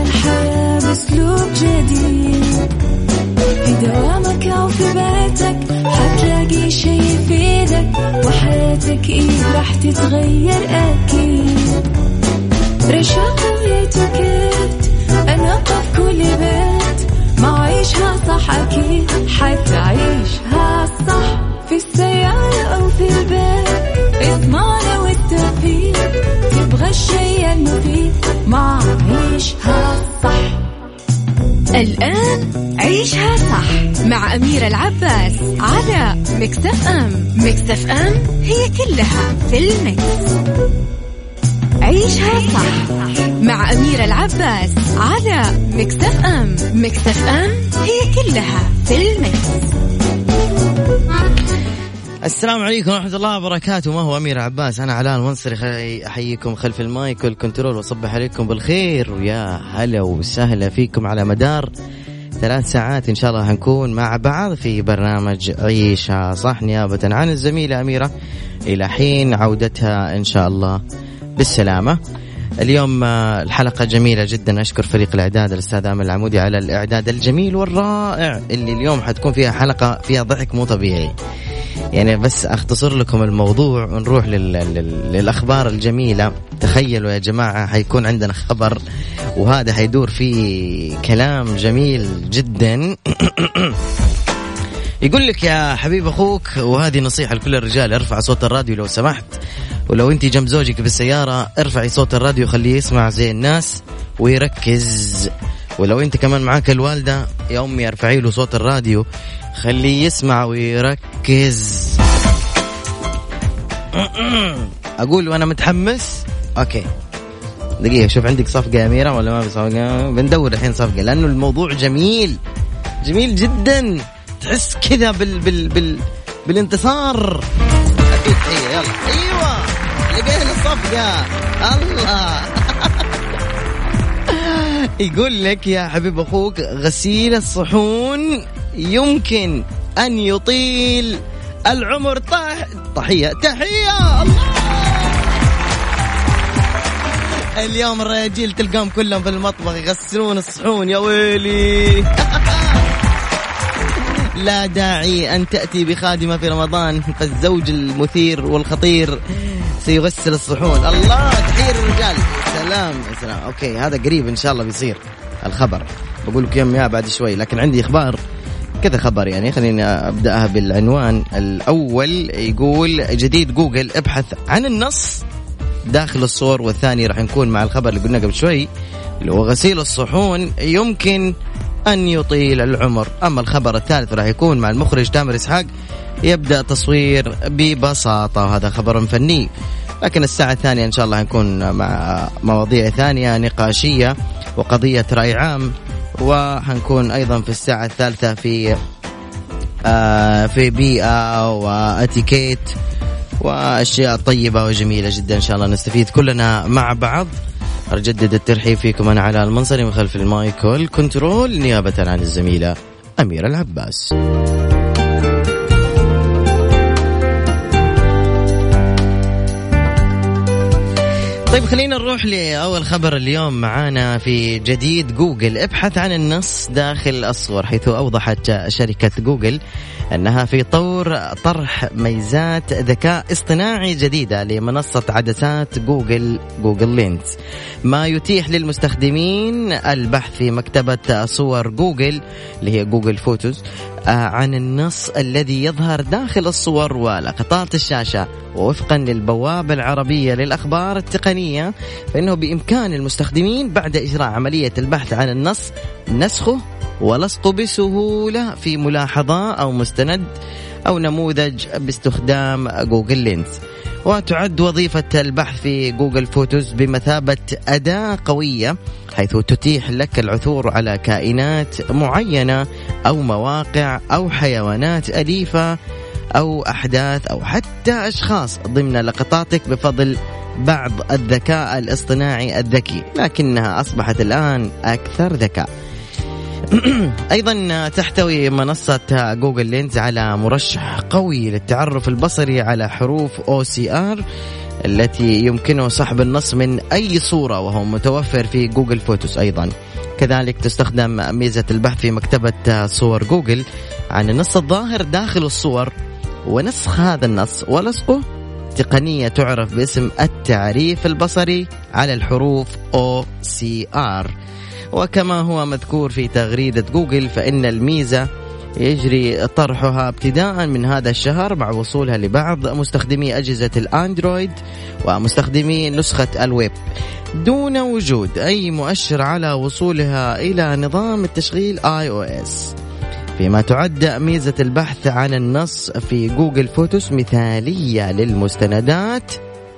الحياة بأسلوب جديد. في دوامك أو في بيتك حتلاقي شي يفيدك، وحياتك إيه راح تتغير أكيد. رشاق ويتوكيت أنا قف كل بيت، ما عيشها صح أكيد حتعيشها صح. في السيارة أو في البيت اسمعنا والتوفيق، تبغى الشيء المفيد ما عيشها صح. الآن عيشها صح مع أميرة العباس على ميكس اف ام. ميكس اف ام هي كلها في الميكس. عيشها صح مع أميرة العباس على ميكس اف ام. ميكس اف ام هي كلها في الميكس. السلام عليكم ورحمة الله وبركاته. ما هو أمير عباس، أنا علاء المنصري أحييكم خلف المايك والكنترول وصبح عليكم بالخير، ويا هلا وسهلا فيكم على مدار 3 ساعات إن شاء الله هنكون مع بعض في برنامج عيشها صح، نيابة عن الزميلة أميرة إلى حين عودتها إن شاء الله بالسلامة. اليوم الحلقة جميلة جدا، أشكر فريق الإعداد الأستاذ آمل العمودي على الإعداد الجميل والرائع اللي اليوم حتكون فيها حلقة فيها ضحك مو طبيعي. يعني بس أختصر لكم الموضوع ونروح للأخبار الجميلة. تخيلوا يا جماعة حيكون عندنا خبر وهذا حيدور فيه كلام جميل جدا. يقول لك يا حبيب أخوك، وهذه نصيحة لكل الرجال، ارفع صوت الراديو لو سمحت، ولو انتي جنب زوجك بالسيارة ارفعي صوت الراديو خليه يسمع زي الناس ويركز. ولو انت كمان معاك الوالدة يا أمي ارفعي له صوت الراديو خليه يسمع ويركز. أقول وأنا متحمس. أوكي دقيقة، شوف عندك صفقة يا أميرة ولا ما في صفقة؟ بندور الحين صفقة لأنه الموضوع جميل جميل جدا، تحس كذا بالانتصار. أكيد هي يلا أيوة لقينا الصفقة الله. يقول لك يا حبيب أخوك، غسيل الصحون يمكن أن يطيل العمر. تحية الله. اليوم الرجال تلقاهم كلهم في المطبخ يغسلون الصحون يا ويلي. لا داعي أن تأتي بخادمة في رمضان، فالزوج المثير والخطير سيغسل الصحون. الله تحية الرجال. سلام سلام. أوكي هذا قريب إن شاء الله بيصير الخبر، بقول لك يوم يا بعد شوي، لكن عندي إخبار كذا خبر يعني. خليني أبدأها بالعنوان الأول. يقول جديد جوجل ابحث عن النص داخل الصور، والثاني راح نكون مع الخبر اللي قلنا قبل شوي اللي هو غسيل الصحون يمكن أن يطيل العمر. أما الخبر الثالث راح يكون مع المخرج تامر إسحاق يبدأ تصوير ببساطة، وهذا خبر فني. لكن الساعة الثانية إن شاء الله هنكون مع مواضيع ثانية نقاشية وقضية رأي عام، وهنكون أيضا في الساعة الثالثة في بيئة وأتيكيت وأشياء طيبة وجميلة جدا إن شاء الله نستفيد كلنا مع بعض. أجدد الترحيب فيكم، أنا علاء المنصري من خلف المايك والكنترول نيابة عن الزميلة أميرة العباس. طيب خلينا نروح لأول خبر اليوم معانا. في جديد جوجل ابحث عن النص داخل الصور، حيث أوضحت شركة جوجل أنها في طور طرح ميزات ذكاء اصطناعي جديدة لمنصة عدسات جوجل لينز، ما يتيح للمستخدمين البحث في مكتبة صور جوجل اللي هي جوجل فوتوز عن النص الذي يظهر داخل الصور ولقطات الشاشة. ووفقا للبوابة العربية للأخبار التقنية فإنه بإمكان المستخدمين بعد إجراء عملية البحث عن النص نسخه ولصقه بسهولة في ملاحظة أو مستند أو نموذج باستخدام جوجل لينز. وتعد وظيفة البحث في جوجل فوتوز بمثابة أداة قوية، حيث تتيح لك العثور على كائنات معينة أو مواقع أو حيوانات أليفة أو أحداث أو حتى أشخاص ضمن لقطاتك بفضل بعض الذكاء الاصطناعي الذكي، لكنها أصبحت الآن أكثر ذكاء. أيضا تحتوي منصة جوجل لينز على مرشح قوي للتعرف البصري على حروف OCR التي يمكنه سحب النص من أي صورة، وهو متوفر في جوجل فوتوس أيضا. كذلك تستخدم ميزة البحث في مكتبة صور جوجل عن النص الظاهر داخل الصور ونسخ هذا النص ولصقه تقنية تعرف باسم التعريف البصري على الحروف OCR. وكما هو مذكور في تغريدة جوجل، فإن الميزة يجري طرحها ابتداء من هذا الشهر مع وصولها لبعض مستخدمي أجهزة الأندرويد ومستخدمي نسخة الويب دون وجود أي مؤشر على وصولها إلى نظام التشغيل iOS. فيما تعد ميزة البحث عن النص في جوجل فوتوس مثالية للمستندات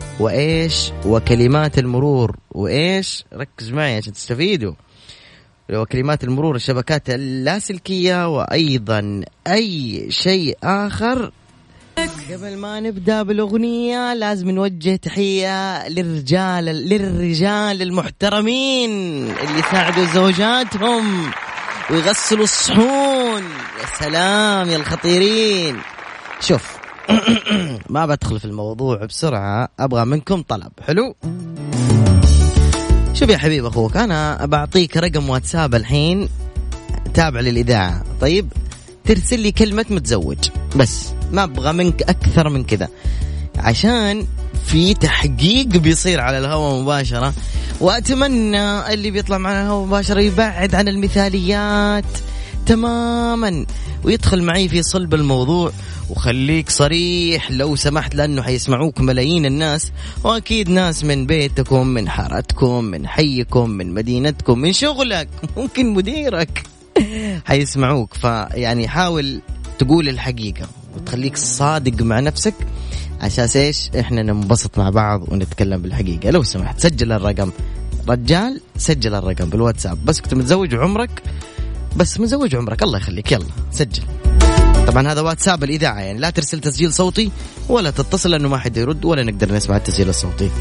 وكلمات المرور ركز معي عشان تستفيدوا، وكلمات المرور، الشبكات اللاسلكية، وأيضا أي شيء آخر. قبل ما نبدأ بالأغنية لازم نوجه تحية للرجال المحترمين اللي يساعدوا زوجاتهم ويغسلوا الصحون. يا سلام يا الخطيرين. شوف ما بدخل في الموضوع بسرعة، أبغى منكم طلب حلو. شوف يا حبيب أخوك، أنا بعطيك رقم واتساب الحين تابع للإذاعة، طيب ترسل لي كلمة متزوج بس، ما أبغى منك أكثر من كذا، عشان في تحقيق بيصير على الهواء مباشرة، وأتمنى اللي بيطلع معنا الهواء مباشرة يبعد عن المثاليات تماما ويدخل معي في صلب الموضوع، وخليك صريح لو سمحت، لأنه حيسمعوك ملايين الناس، وأكيد ناس من بيتكم، من حارتكم، من حيكم، من مدينتكم، من شغلك، ممكن مديرك حيسمعوك. فيعني حاول تقول الحقيقة وتخليك صادق مع نفسك، عشان إيش إحنا ننبسط مع بعض ونتكلم بالحقيقة. لو سمحت سجل الرقم، رجال سجل الرقم بالواتساب، بس كنت متزوج عمرك، بس متزوج عمرك الله يخليك، يلا سجل. طبعا هذا واتساب الإذاعة، يعني لا ترسل تسجيل صوتي ولا تتصل لأنه ما حد يرد ولا نقدر نسمع التسجيل الصوتي.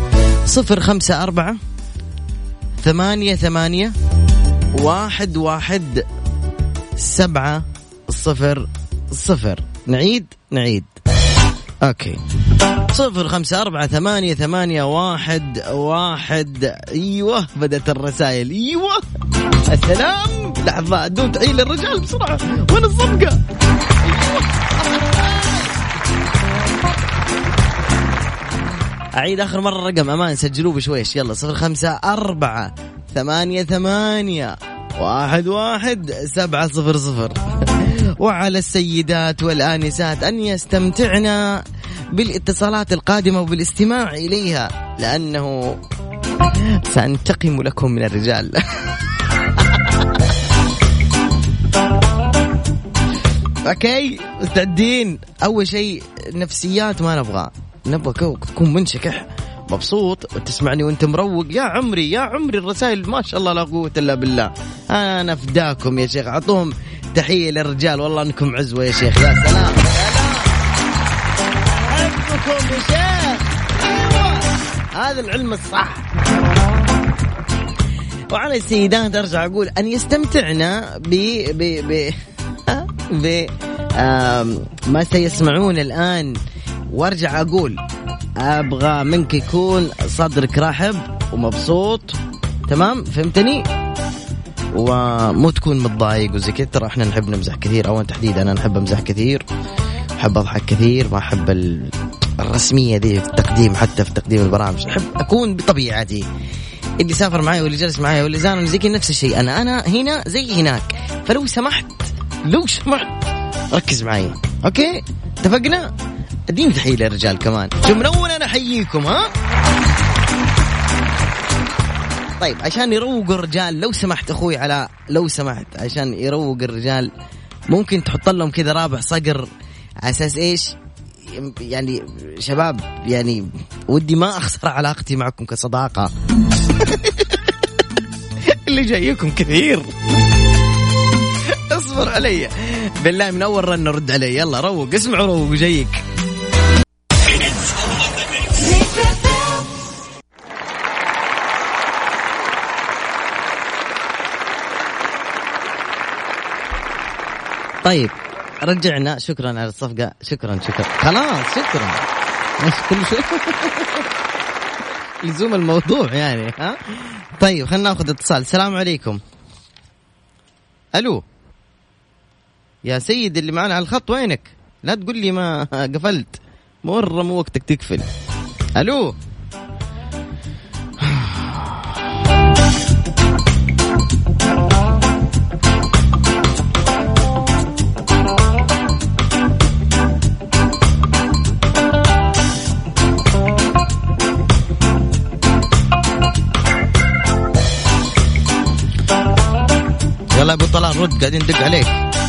0548111700. نعيد اوكي 05488111. ايوه بدت الرسائل، ايوه السلام. لحظة ادون تعيل للرجال بسرعة وين الصفقة. اعيد اخر مرة الرقم امان، سجلوه بشويش يلا. 054881111700. وعلى السيدات والآنسات أن يستمتعنا بالاتصالات القادمة وبالاستماع إليها، لأنه سأنتقم لكم من الرجال. أوكي مستعدين؟ أول شيء نفسيات ما نبغى تكون منشكح مبسوط وتسمعني وانت مروق. يا عمري الرسائل ما شاء الله لا قوة إلا بالله. أنا فداكم يا شيخ، عطوهم تحية للرجال، والله أنكم عزوة يا شيخ. يا سلام أحبكم يا شيخ. أيوة هذا العلم الصح. وعلى السيدات أرجع أقول أن يستمتعنا ما سيسمعون الآن. وارجع أقول أبغى منك يكون صدرك رحب ومبسوط، تمام؟ فهمتني؟ ومو تكون متضايق وزي كده. ترى احنا نحب نمزح كثير، او تحديدا انا نحب امزح كثير، احب اضحك كثير، ما احب الرسميه دي في التقديم، حتى في تقديم البرامج احب اكون بطبيعتي. اللي سافر معي واللي جلس معي واللي زانوا زي كده نفس الشيء، انا هنا زي هناك. فلو سمحت ركز معي، اوكي؟ اتفقنا؟ اديني تحيه للرجال كمان، شو منون انا احييكم ها. طيب عشان يروق الرجال لو سمحت اخوي علاء، لو سمحت عشان يروق الرجال ممكن تحط لهم كذا رابع صقر على اساس ايش يعني شباب، يعني ودي ما اخسر علاقتي معكم كصداقة. اللي جايكم كثير، اصبر علي بالله، من اول رن رد علي. يلا روق، اسمعوا روق وجايك. طيب رجعنا، شكرا على الصفقة، شكرا خلاص شكرا. مش كل شيء. لزوم الموضوع يعني. ها طيب خلينا ناخذ اتصال. السلام عليكم. الو يا سيد اللي معنا على الخط وينك؟ لا تقول لي ما قفلت، مرة مو وقتك تقفل. الو يلا ابو طلال رد، قاعدين ندق عليك.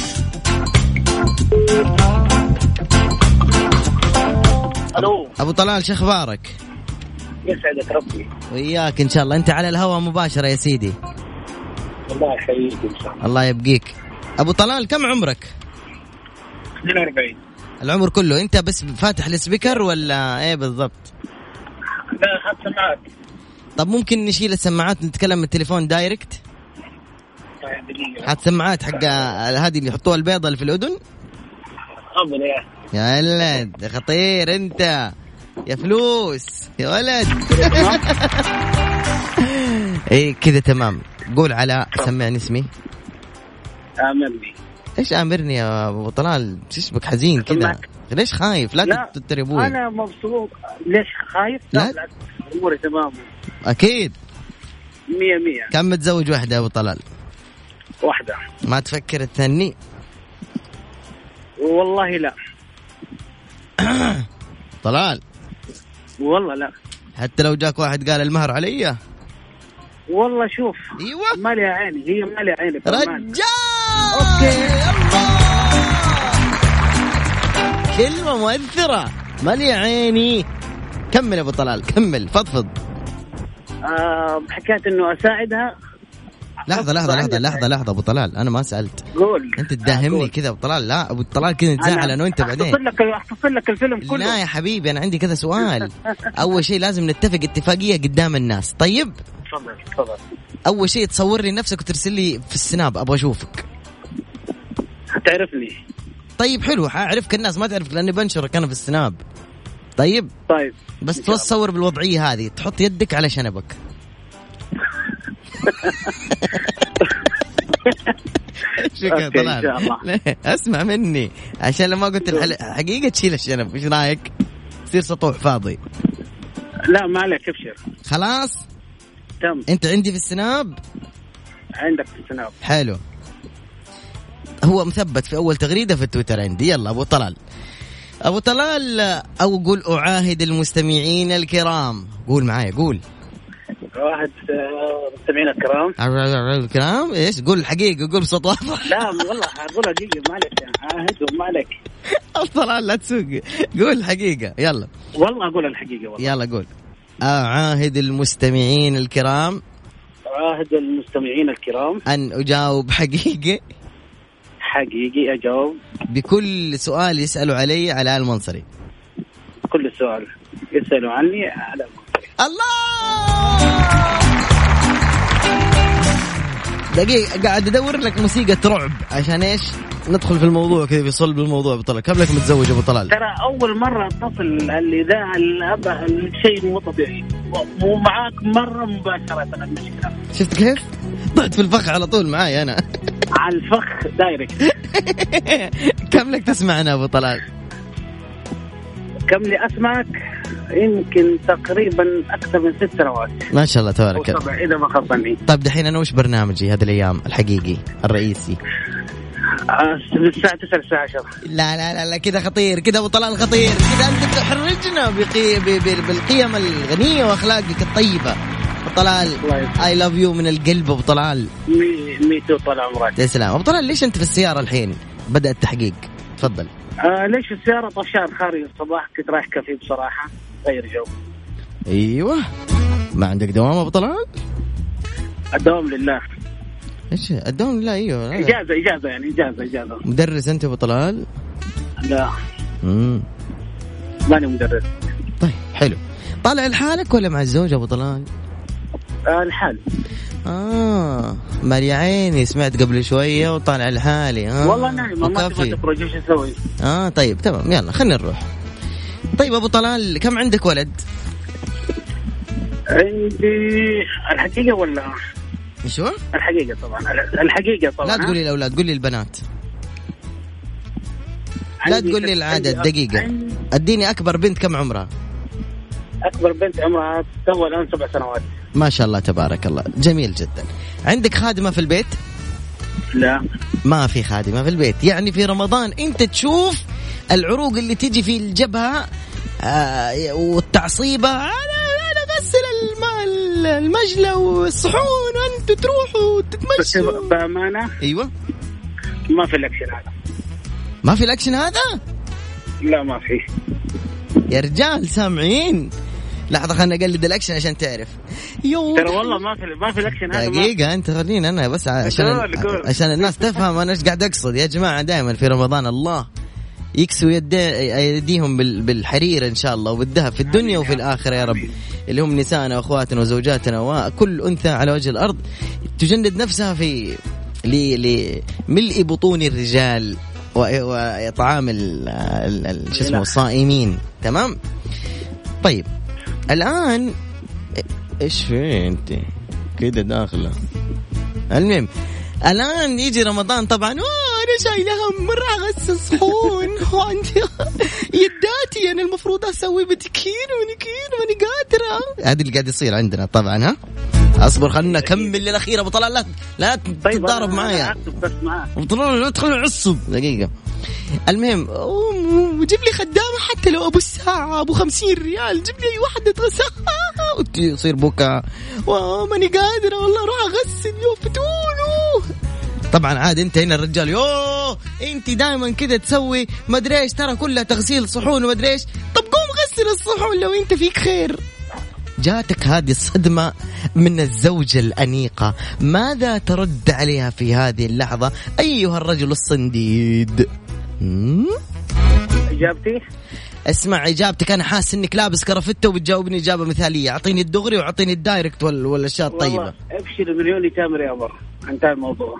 الو ابو طلال شو اخبارك؟ يسعدك ربي. وياك ان شاء الله. انت على الهواء مباشرة يا سيدي. الله يحييك ان شاء الله. الله يبقيك. ابو طلال كم عمرك؟ 42. العمر كله. انت بس فاتح السبيكر ولا ايه بالضبط؟ لا اخذت سماعات. طب ممكن نشيل السماعات نتكلم من التليفون دايركت؟ هات سماعات حق هذه اللي يحطوها البيضة اللي في الأذن. أفضل يا ولد خطير انت يا فلوس يا ولد. ايه كذا تمام. قول علاء سمعني اسمي. آمرني. ايش آمرني يا ابو طلال؟ ايش بك حزين كذا؟ ليش خايف؟ لا تتربوي. انا مبسوط. ليش خايف؟ لا اموري تمام اكيد 100. كم متزوج واحدة يا ابو طلال؟ واحدة. ما تفكر تثني؟ والله لا. طلال والله لا. حتى لو جاك واحد قال المهر علي؟ والله شوف. ايوه مالي عيني، هي مالي عيني رجال. اوكي كلمة مؤثرة. مالي عيني. كمل ابو طلال كمل فضفض. حكاية انه اساعدها. لحظة ابو طلال انا ما سألت. قول. انت تداهمني كذا ابو طلال. لا ابو طلال كذا نتزعل انا وانت بعدين. اختصر لك الفيلم كله. لا يا حبيبي انا عندي كذا سؤال. اول شيء لازم نتفق اتفاقية قدام الناس. طيب تفضل. اول شيء تصور لي نفسك وترسل لي في السناب ابغى اشوفك. هتعرفني. طيب حلو حاعرفك الناس ما تعرفك لاني بنشرك انا في السناب. طيب بس تصور بالوضعية هذه تحط يدك على شنبك. شكرا طلال. اسمع مني عشان لما قلت حقيقة تشيل الشنب. ايش رايك؟ يصير سطوح فاضي. لا ما عليك ابشر. خلاص تم. انت عندي في السناب. عندك في السناب. حلو. هو مثبت في اول تغريدة في التويتر عندي. يلا ابو طلال. ابو طلال او قول اعاهد المستمعين الكرام. قول معايا قول. واحد مستمعين الكرام. ايش قول الحقيقة؟ قول بصوت واضح. لا والله اقولها دقيقة ما عليك. عاهدهم ما عليك. طلال لا تسوق. قول الحقيقة يلا. والله اقول الحقيقة والله. يلا قول. أعاهد المستمعين الكرام. أعاهد المستمعين الكرام أن أجاوب حقيقي أجاوب بكل سؤال يسألوا علي على المنصري. كل سؤال يسألوا عني على المنصري. الله. دقيقة قاعد أدور لك موسيقى رعب عشان إيش ندخل في الموضوع كذا في صلب الموضوع. أبو طلال كم لك متزوج أبو طلال؟ ترى أول مرة أتصل الإذاعة الشيء مو طبيعي ومعاك مرة مباشرة. المشكلة شفت كيف ضعت في الفخ على طول معاي أنا. على الفخ دايركت. كم لك تسمعنا أبو طلال؟ كم لي أسمعك؟ يمكن تقريبا أكثر من 6 سنوات. ما شاء الله تبارك الله. إذا ما خطني. طيب دحين أنا وش برنامجي هذه الأيام الحقيقي الرئيسي؟ من الساعة 9 للساعة 10. لا كذا خطير كذا أبو طلال خطير كذا. أنت تحرجنا بالقيم الغنية وأخلاقك الطيبة أبو طلال. I love you من القلب أبو طلال. ميتو طال عمرك. تسلم أبو طلال. ليش أنت في السيارة الحين بدأ التحقيق؟ تفضل. ليش السيارة طشار خارج الصباح كنت رايح كافيه بصراحة غير جو. أيوة ما عندك دوام أبو طلال؟ الدوام لله. إيش الدوام لله؟ أيوة إجازة يعني إجازة. مدرس أنت أبو طلال؟ لا ماني مدرس. طيب حلو. طالع لحالك ولا مع الزوج أبو طلال؟ الحال. مالي عيني سمعت قبل شوية وطالع لحالي. والله نايمة ما تبغى تخرج ايش اسوي؟ طيب تمام يلا خلينا نروح. طيب أبو طلال كم عندك ولد؟ عندي الحقيقة ولا شو؟ الحقيقة طبعا. الحقيقة طبعا. لا تقولي الأولاد، قولي البنات. لا تقول لي العدد. دقيقة، اديني أكبر بنت كم عمرها؟ أكبر بنت عمرها تو الآن 7 سنوات. ما شاء الله تبارك الله، جميل جدا. عندك خادمة في البيت؟ لا ما في خادمة في البيت. يعني في رمضان أنت تشوف العروق اللي تيجي في الجبهة والتعصيبة، أنا غسل المجلة والصحون وأنتوا تروحوا تتمشوا. بأمانة أيوة، ما في الأكشن هذا. ما في الأكشن هذا؟ لا ما في يا رجال سامعين. لحظة خلنا نقلد الأكشن عشان تعرف. ترى والله ما في الأكشن هذا. دقيقة أنت خلينا أنا بس عشان الناس تفهم أنا إيش قاعد أقصد. يا جماعة دائما في رمضان الله يكسوا يديهم بالحرير إن شاء الله وبالذهب في الدنيا وفي الآخرة يا رب، اللي هم نسائنا وأخواتنا وزوجاتنا وكل أنثى على وجه الأرض تجند نفسها في لملء بطون الرجال وطعام شو اسمه الصائمين. تمام. طيب الآن إيش في أنت كده داخلة؟ المهم الآن يجي رمضان طبعا، أنا شايلة هم مرة أغسل صحون وعندي يداتي أنا المفروض أسوي بديكير ونكير وأنا قادرة. هذا اللي قاعد يصير عندنا طبعا. ها أصبر خلنا نكمل للأخيرة. أبو طلال لا تتضارب معايا. أبو طلال لا تدخل عصب. دقيقة. المهم جيب لي خدامة حتى لو أبو الساعة أبو 50 ريال، جيب لي أي واحدة تغسل. يصير بكى وماني قادرة والله أروح أغسل يوفتونه. طبعا عاد انت هنا الرجال انت دائما كده تسوي مدري ايش، ترى كلها تغسيل صحون ومدري ايش. طب قوم غسل الصحون لو انت فيك خير. جاتك هذه الصدمة من الزوجة الأنيقة، ماذا ترد عليها في هذه اللحظة أيها الرجل الصنديد؟ إجابتي؟ اسمع إجابتك. أنا حاسس إنك لابس كرفتة وبتجاوبني إجابة مثالية. أعطيني الدغري وأعطيني الدايركت والأشياء الطيبة. ابشر مليون تامر يا أمر، انتهى الموضوع.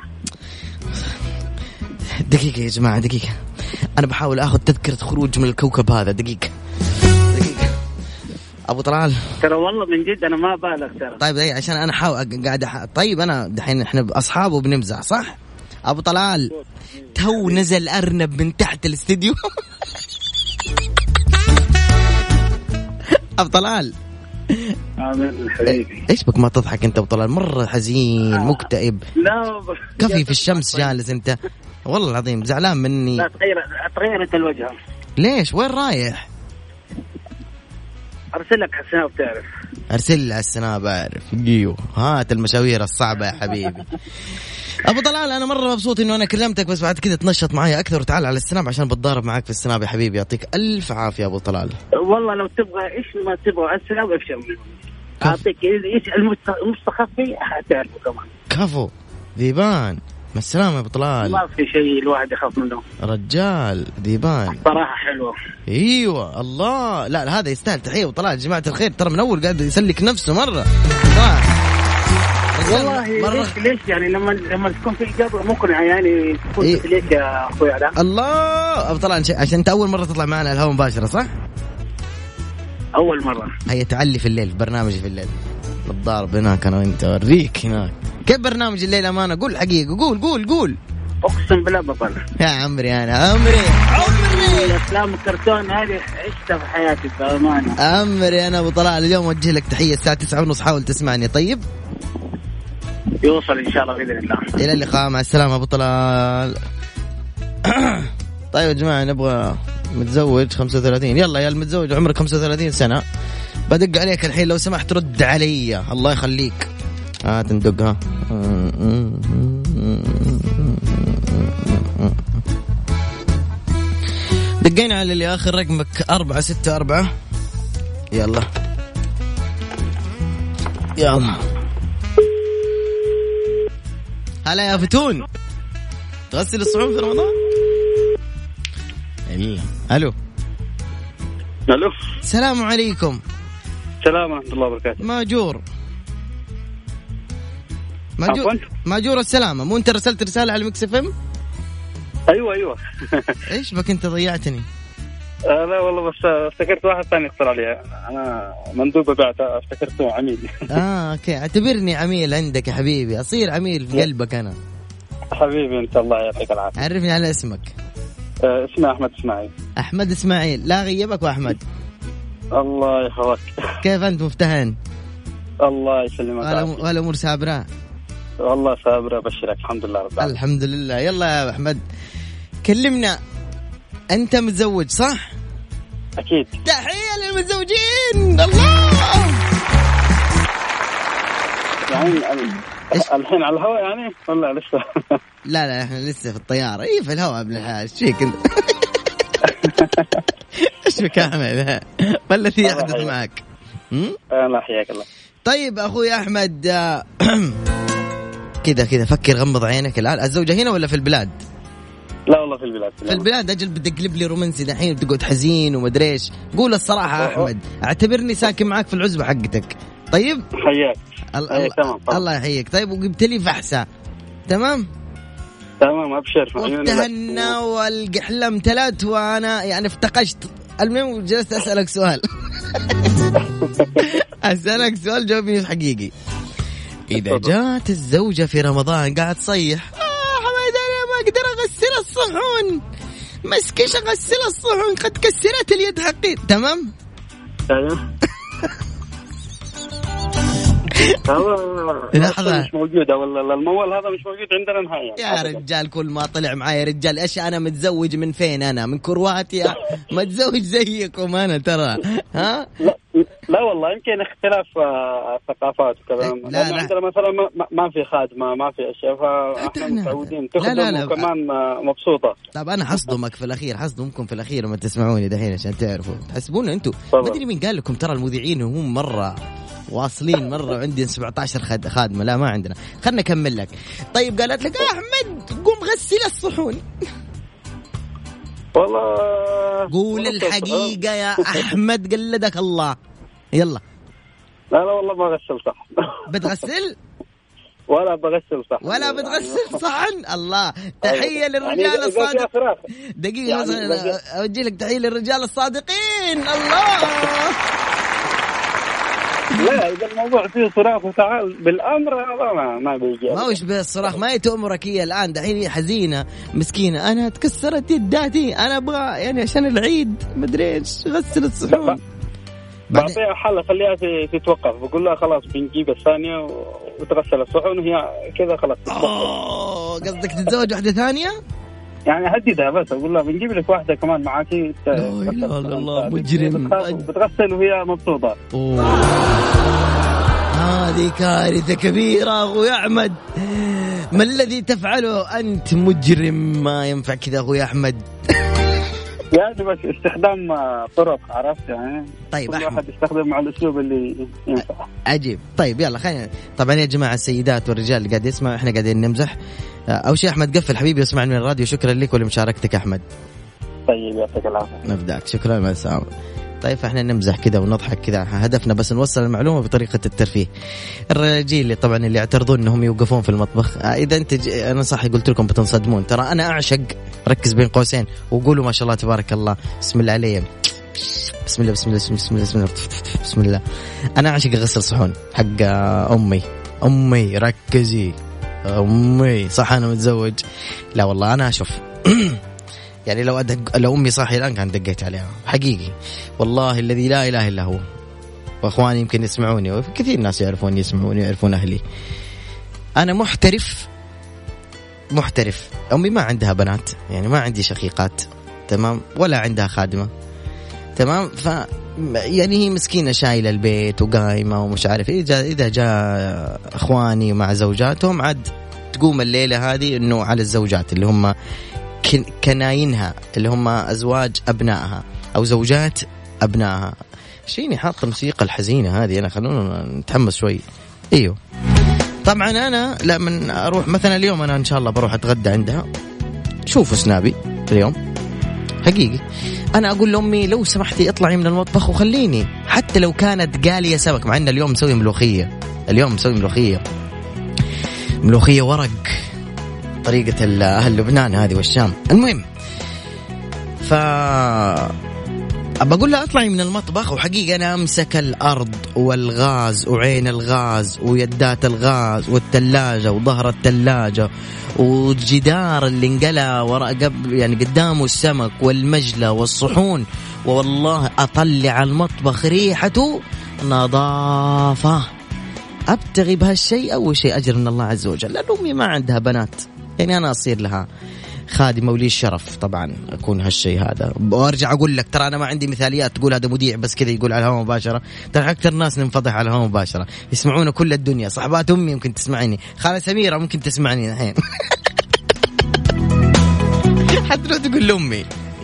دقيقة يا جماعة، دقيقة، أنا بحاول أخذ تذكرة خروج من الكوكب هذا. دقيقة أبو طلال، ترى والله من جد أنا ما بالغ ترى. طيب عشان أنا قاعد طيب أنا دحين إحنا أصحاب وبنمزح صح؟ أبو طلال تو نزل أرنب من تحت الاستديو. أبو طلال آمين حبيبي. إيش بك ما تضحك أنت أبو طلال؟ مرة حزين مكتئب. لا كفي في الشمس جالس أنت، والله العظيم زعلان مني. لا تغيرت الوجه. ليش؟ وين رايح؟ أرسل لك حسناء بتعرف. أرسل لي حسناء بعرف. جيو هات المشاوير الصعبة يا حبيبي. أبو طلال أنا مرة مبسوط إنه أنا كلمتك، بس بعد كده تنشط معي أكثر وتعال على السناب عشان بتضارب معك في السناب يا حبيبي. يعطيك ألف عافية أبو طلال. والله لو تبغى إيش ما تبغى السناب ابشر، أعطيك إيش المستخفي هتعرفه كمان. كفو ذيبان. مع السلامة يا أبو طلال. ما في شيء الواحد يخاف منه. رجال ذيبان صراحة حلوة. ايوه الله. لا هذا يستاهل تحية أبو طلال. جماعة الخير ترى من أول قاعد يسلك نفسه مرة. والله ليش يعني لما تكون في إجابة ممكن يعني تكون ليش يا أخوي علاء. الله أبو طلال عشان أنت أول مرة تطلع معنا الهواء مباشرة صح؟ أول مرة. هي تعلي في الليل، برنامجي في الليل نتضارب هناك أنا وأنت. أوريك هناك كيف برنامج الليل. أمانة قول حقيقة، قول. أقسم بالله بطل يا عمري. أنا عمري الأفلام الكرتون هذه عشتها في حياتي بأمانة. عمري أنا أبو طلال اليوم وجه لك تحية الساعة 9:30. حاول تسمعني طيب. يوصل إن شاء الله بإذن الله. إلى اللقاء، مع السلامة أبو طلال. طيب يا جماعة نبغى متزوج 35. يلا يا المتزوج عمرك 35 سنة بدق عليك الحين لو سمحت رد علي الله يخليك. تندقها. دقينا على اللي آخر رقمك 464. يلا هلا يا فتون، تغسل الصحون في رمضان؟ الو السلام عليكم. السلام ورحمة الله وبركاته. ماجور السلامة. مو انت رسلت رسالة على ميكس اف ام؟ ايوه ايش بك انت ضيعتني؟ لا والله، بس افتكرت واحد ثاني اتصل علي، انا مندوب بعت افتكرته عميل. اوكي، اعتبرني عميل عندك يا حبيبي، اصير عميل في قلبك انا. حبيبي انت، الله يعطيك العافيه. عرفني على اسمك. اسمي احمد اسماعيل. احمد اسماعيل، لا غيبك واحمد. الله يحفظك. كيف انت، مفتهن؟ الله يسلمك. والامور سابره؟ والله سابره، بشرك الحمد لله رب العالمين. الحمد لله. يلا يا احمد كلمنا، انت متزوج صح؟ اكيد. تحيه للمتزوجين. الله. يعني الحين على الهواء يعني ولا لسه؟ لا احنا لسه في الطياره. اي في الهواء ابن الحلال. ايش فيك انت؟ ايش بك احمد؟ ما الذي يحدث معك؟ لا حياك الله. طيب اخوي احمد، كذا فكر، غمض عينك. الان الزوجه هنا ولا في البلاد؟ لا والله في البلاد. في البلاد. اجل بدك تقلب لي رومانسي دحين وتقعد حزين ومدري ايش. قول الصراحه يا احمد، اعتبرني ساكن معاك في العزبه حقتك. طيب حياك. الله يحييك. طيب وجبت لي فحسه، تمام ابشر. وابتهنا والقحله امتلت وانا يعني افتقشت. المهم جلست اسالك سؤال. اسالك سؤال جاوبني حقيقي. اذا جات الزوجه في رمضان قاعد تصيح، حمد انا ما اقدر اغسل الصحون، مسكيش اغسل الصحون، قد كسرت اليد حقي، تمام؟ لحظة مش موجودة ولا الموال هذا مش موجود عندنا نهائيا يا رجال. كل ما طلع معايا رجال. ايش انا متزوج من فين؟ انا من كرواتيا، متزوج زيكم انا ترى. ها لا والله يمكن اختلاف ثقافات وكذا. لا عندنا مثلا ما في خادمة، ما في اشياء، فاحنا متعودين تخدم وكمان مبسوطة. طب انا حصدمك في الاخير، حصدمكم في الاخير لما تسمعوني دحين عشان تعرفوا. تحسبون انتم ما ادري مين قال لكم ترى المذيعين هم مرة واصلين، مرة عندي 17 خادمة. لا ما عندنا. خلنا نكمل لك. طيب قالت لك أحمد قوم غسل الصحون. والله قول الحقيقة يا أحمد، قلدك الله. يلا. لا والله ما غسل صح. بتغسل؟ ولا بغسل صح. ولا بتغسل صحن. الله. تحية للرجال الصادقين. دقيقة مثلا أوجه لك تحية للرجال الصادقين. الله. لا إذا الموضوع فيه صراخ وتعال بالأمر هذا ما بيجي. ما وش بالصراخ، ما يتأمرك هي الآن دحين هي حزينة مسكينة، أنا تكسرت يداتي، أنا أبغى يعني عشان العيد مدري إيش غسل الصحون. بعطيها حل، خليها تتوقف، بقول لها خلاص بنجيب الثانية وتغسل الصحون وهي كذا خلاص. قصدك تتزوج واحدة ثانية؟ يعني هددها بس، أقول لها بنجيب لك واحدة كمان معاكي. لا إله إلا الله، مجرم. بتغسل وهي مبسوطة. هذه كارثة كبيرة أخوي أحمد. ما الذي تفعله أنت؟ مجرم، ما ينفع كذا أخوي أحمد. يعني بس استخدام طرق، عرفت يعني. طيب كل واحد يستخدم مع الأسلوب اللي ينفع. عجيب. طيب يلا خلينا. طبعا يا جماعة السيدات والرجال اللي قاعد يسمع، إحنا قاعدين نمزح. أول شيء أحمد قفل حبيبي واسمع من الراديو. شكرا لك ولمشاركتك أحمد. طيب يعطيك العافية. نبدأك. شكرا، مع السلامة. طيب فاحنا نمزح كذا ونضحك كذا، هدفنا بس نوصل المعلومة بطريقة الترفيه. الرجال اللي طبعا اللي يعترضون انهم يوقفون في المطبخ، اذا انت انا صح قلت لكم بتنصدمون، ترى انا اعشق، ركز بين قوسين وقولوا ما شاء الله تبارك الله، بسم الله عليهم، بسم الله بسم الله بسم الله بسم الله بسم الله. انا اعشق اغسل صحون حق امي ركزي امي. صح انا متزوج؟ لا والله انا اشوف يعني لو أمي صاحية الآن كان دقيت عليها حقيقي والله الذي لا إله إلا هو. وأخواني يمكن يسمعوني وكثير ناس يعرفون يسمعوني ويعرفون أهلي. أنا محترف. أمي ما عندها بنات، يعني ما عندي شقيقات، تمام، ولا عندها خادمة، تمام. يعني هي مسكينة شايلة البيت وقايمة ومش عارف إذا جاء أخواني مع زوجاتهم عاد تقوم الليلة هذه إنه على الزوجات اللي هم كناينها، اللي هم أزواج أبنائها أو زوجات أبنائها. شيني حاط الموسيقى الحزينة هذه، أنا خلونا نتحمس شوي. أيوه طبعا أنا لا من أروح مثلا اليوم، أنا إن شاء الله بروح أتغدى عندها. شوفوا سنابي اليوم حقيقي، أنا أقول لأمي لو سمحتي اطلعي من المطبخ وخليني، حتى لو كانت قالية سمك، مع أن اليوم مسوي ملوخية، اليوم مسوي ملوخية ورق، طريقة أهل لبنان هذه والشام. المهم بقول لها اطلعي من المطبخ، وحقيقة أنا أمسك الأرض والغاز وعين الغاز ويدات الغاز والثلاجة وظهر الثلاجة والجدار اللي انقلع وراء يعني قدامه السمك والمجلة والصحون، والله أطلع المطبخ ريحته نظافة. أبتغي بهالشيء أول شيء أجر من الله عز وجل، لأن أمي ما عندها بنات، يعني أنا أصير لها خادمة ولي الشرف طبعا أكون هالشيء هذا. وأرجع أقول لك ترى أنا ما عندي مثاليات تقول هذا مذيع بس كذا يقول على الهواء مباشرة، ترى أكثر ناس ننفضح على الهواء مباشرة يسمعونا كل الدنيا. صحبات أمي ممكن تسمعني، خالة سميرة ممكن تسمعني الحين حتى لو تقول لأمي.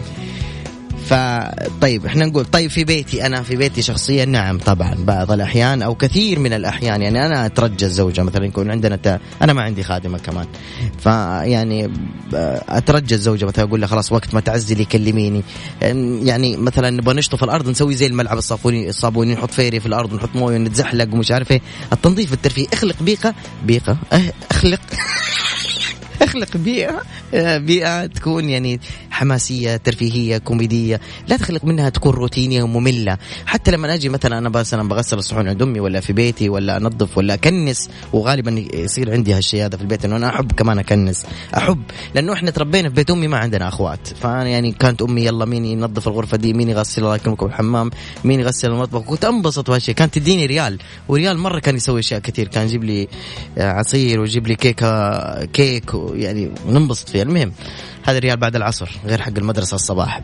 فطيب احنا نقول طيب في بيتي، انا في بيتي شخصيا نعم طبعا بعض الاحيان او كثير من الاحيان يعني انا اترجى الزوجه، مثلا يكون عندنا انا ما عندي خادمه كمان، فيعني اترجى الزوجه مثلا اقول لها خلاص وقت ما تعزلي كلميني، يعني مثلا نبغى نشطف الارض نسوي زي الملعب الصابوني نحط فيري في الارض ونحط مويه ونتزحلق ومش عارف ايه، التنظيف الترفيه. اخلق بيئه اخلق بيئة تكون يعني حماسية ترفيهية كوميدية، لا تخلق منها تكون روتينية ومملة. حتى لما أجي مثلا أنا مثلا بغسل الصحون عند أمي ولا في بيتي ولا أنظف ولا أكنس، وغالبا يصير عندي هالشيء هذا في البيت إنه أنا أحب كمان أكنس، أحب لأنه إحنا تربينا في بيت أمي ما عندنا أخوات، فأنا يعني كانت أمي يلا مين ينظف الغرفة دي، مين يغسل الله يكرمكم الحمام، مين يغسل المطبخ، كنت أنبسط بهالشيء. كانت تديني ريال، وريال مرة كان يسوي أشياء كتير، كان يجيب لي عصير ويجيب لي كيك يعني وننبسط فيه. المهم هذا ريال بعد العصر غير حق المدرسة الصباح.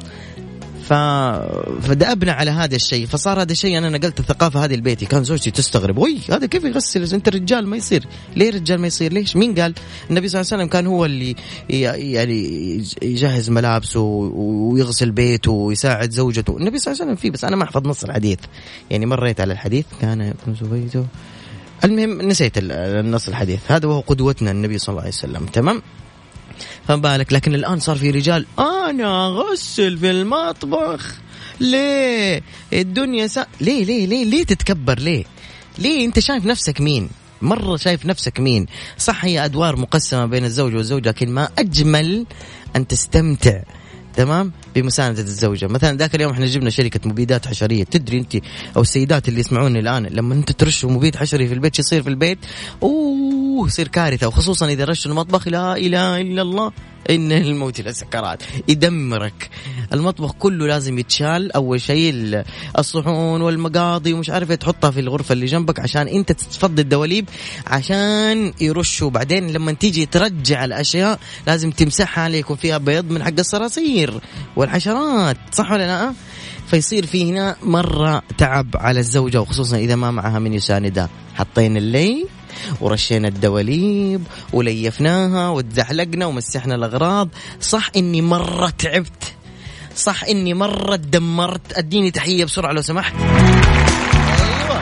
فدأبنا على هذا الشيء، فصار هذا الشيء أنا نقلت الثقافة هذه لبيتي. كان زوجتي تستغرب، وي هذا كيف يغسل أنت رجال ما يصير؟ ليه رجال ما يصير؟ ليش؟ مين قال؟ النبي صلى الله عليه وسلم كان هو اللي يعني يجهز ملابسه ويغسل بيته ويساعد زوجته. النبي صلى الله عليه وسلم فيه، بس أنا ما أحفظ نص الحديث، يعني مريت على الحديث كان يكنس بيته، المهم نسيت النص الحديث هذا، وهو قدوتنا النبي صلى الله عليه وسلم. تمام، فبالك لكن الآن صار في رجال أنا غسل في المطبخ. ليه الدنيا ليه تتكبر؟ ليه أنت شايف نفسك مين؟ مرة شايف نفسك مين؟ صح هي أدوار مقسمة بين الزوج والزوجة، لكن ما أجمل أن تستمتع تمام بمساندة الزوجة. مثلا ذاك اليوم احنا جبنا شركة مبيدات حشرية، تدري انت او السيدات اللي يسمعوني الان لما انت ترشوا مبيد حشري في البيت يصير في البيت يصير كارثة، وخصوصا اذا رشوا المطبخ لا اله الا الله ان الموت لسكرات، يدمرك. المطبخ كله لازم يتشال اول شيء، الصحون والمقاضي ومش عارف تحطها في الغرفة اللي جنبك عشان انت تفضي الدواليب عشان يرشوا. بعدين لما تيجي ترجع الاشياء لازم تمسحها عليه يكون فيها بيض من حق الصراصير والحشرات، صح ولا لا؟ فيصير في هنا مرة تعب على الزوجة، وخصوصا إذا ما معها من يساندها. حطينا اللي ورشينا الدواليب وليفناها وتزحلقنا ومسحنا الأغراض. صح إني مرة تعبت، صح إني مرة دمرت، أديني تحية بسرعة لو سمحت. أيوة.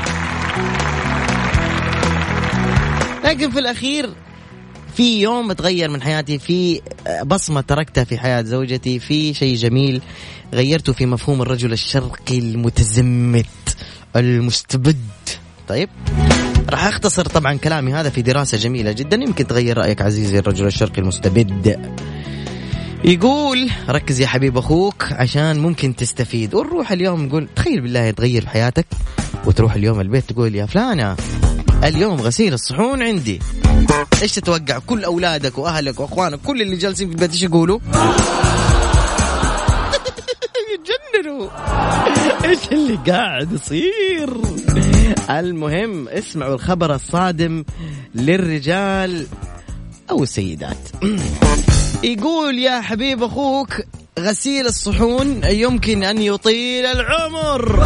لكن في الأخير في يوم تغير من حياتي، في بصمة تركتها في حياة زوجتي، في شيء جميل غيرته في مفهوم الرجل الشرقي المتزمت المستبد. طيب راح أختصر طبعا كلامي هذا في دراسة جميلة جدا يمكن تغير رأيك عزيزي الرجل الشرقي المستبد. يقول ركز يا حبيب أخوك عشان ممكن تستفيد. ونروح اليوم نقول تخيل بالله تغير حياتك وتروح اليوم البيت تقول يا فلانة اليوم غسيل الصحون عندي. ايش تتوقع؟ كل اولادك واهلك واخوانك كل اللي جالسين في البيت ايش يقولوا؟ يتجننوا ايش اللي قاعد يصير. المهم اسمعوا الخبر الصادم للرجال او السيدات. يقول يا حبيب اخوك غسيل الصحون يمكن ان يطيل العمر.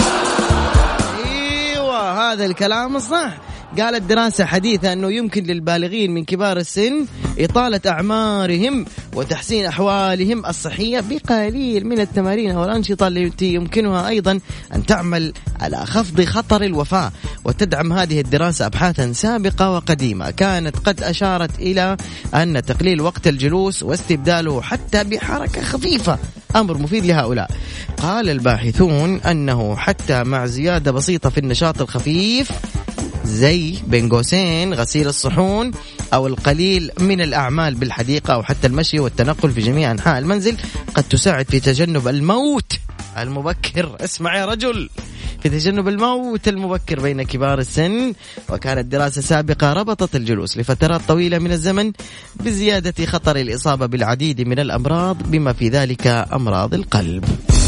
ايوه هذا الكلام الصح. قالت دراسة حديثة أنه يمكن للبالغين من كبار السن إطالة أعمارهم وتحسين أحوالهم الصحية بقليل من التمارين والأنشطة التي يمكنها أيضا أن تعمل على خفض خطر الوفاة. وتدعم هذه الدراسة أبحاثا سابقة وقديمة كانت قد أشارت إلى أن تقليل وقت الجلوس واستبداله حتى بحركة خفيفة أمر مفيد لهؤلاء. قال الباحثون أنه حتى مع زيادة بسيطة في النشاط الخفيف زي بين قوسين غسيل الصحون أو القليل من الأعمال بالحديقة أو حتى المشي والتنقل في جميع أنحاء المنزل قد تساعد في تجنب الموت المبكر، اسمع يا رجل، في تجنب الموت المبكر بين كبار السن. وكانت دراسة سابقة ربطت الجلوس لفترات طويلة من الزمن بزيادة خطر الإصابة بالعديد من الأمراض بما في ذلك أمراض القلب.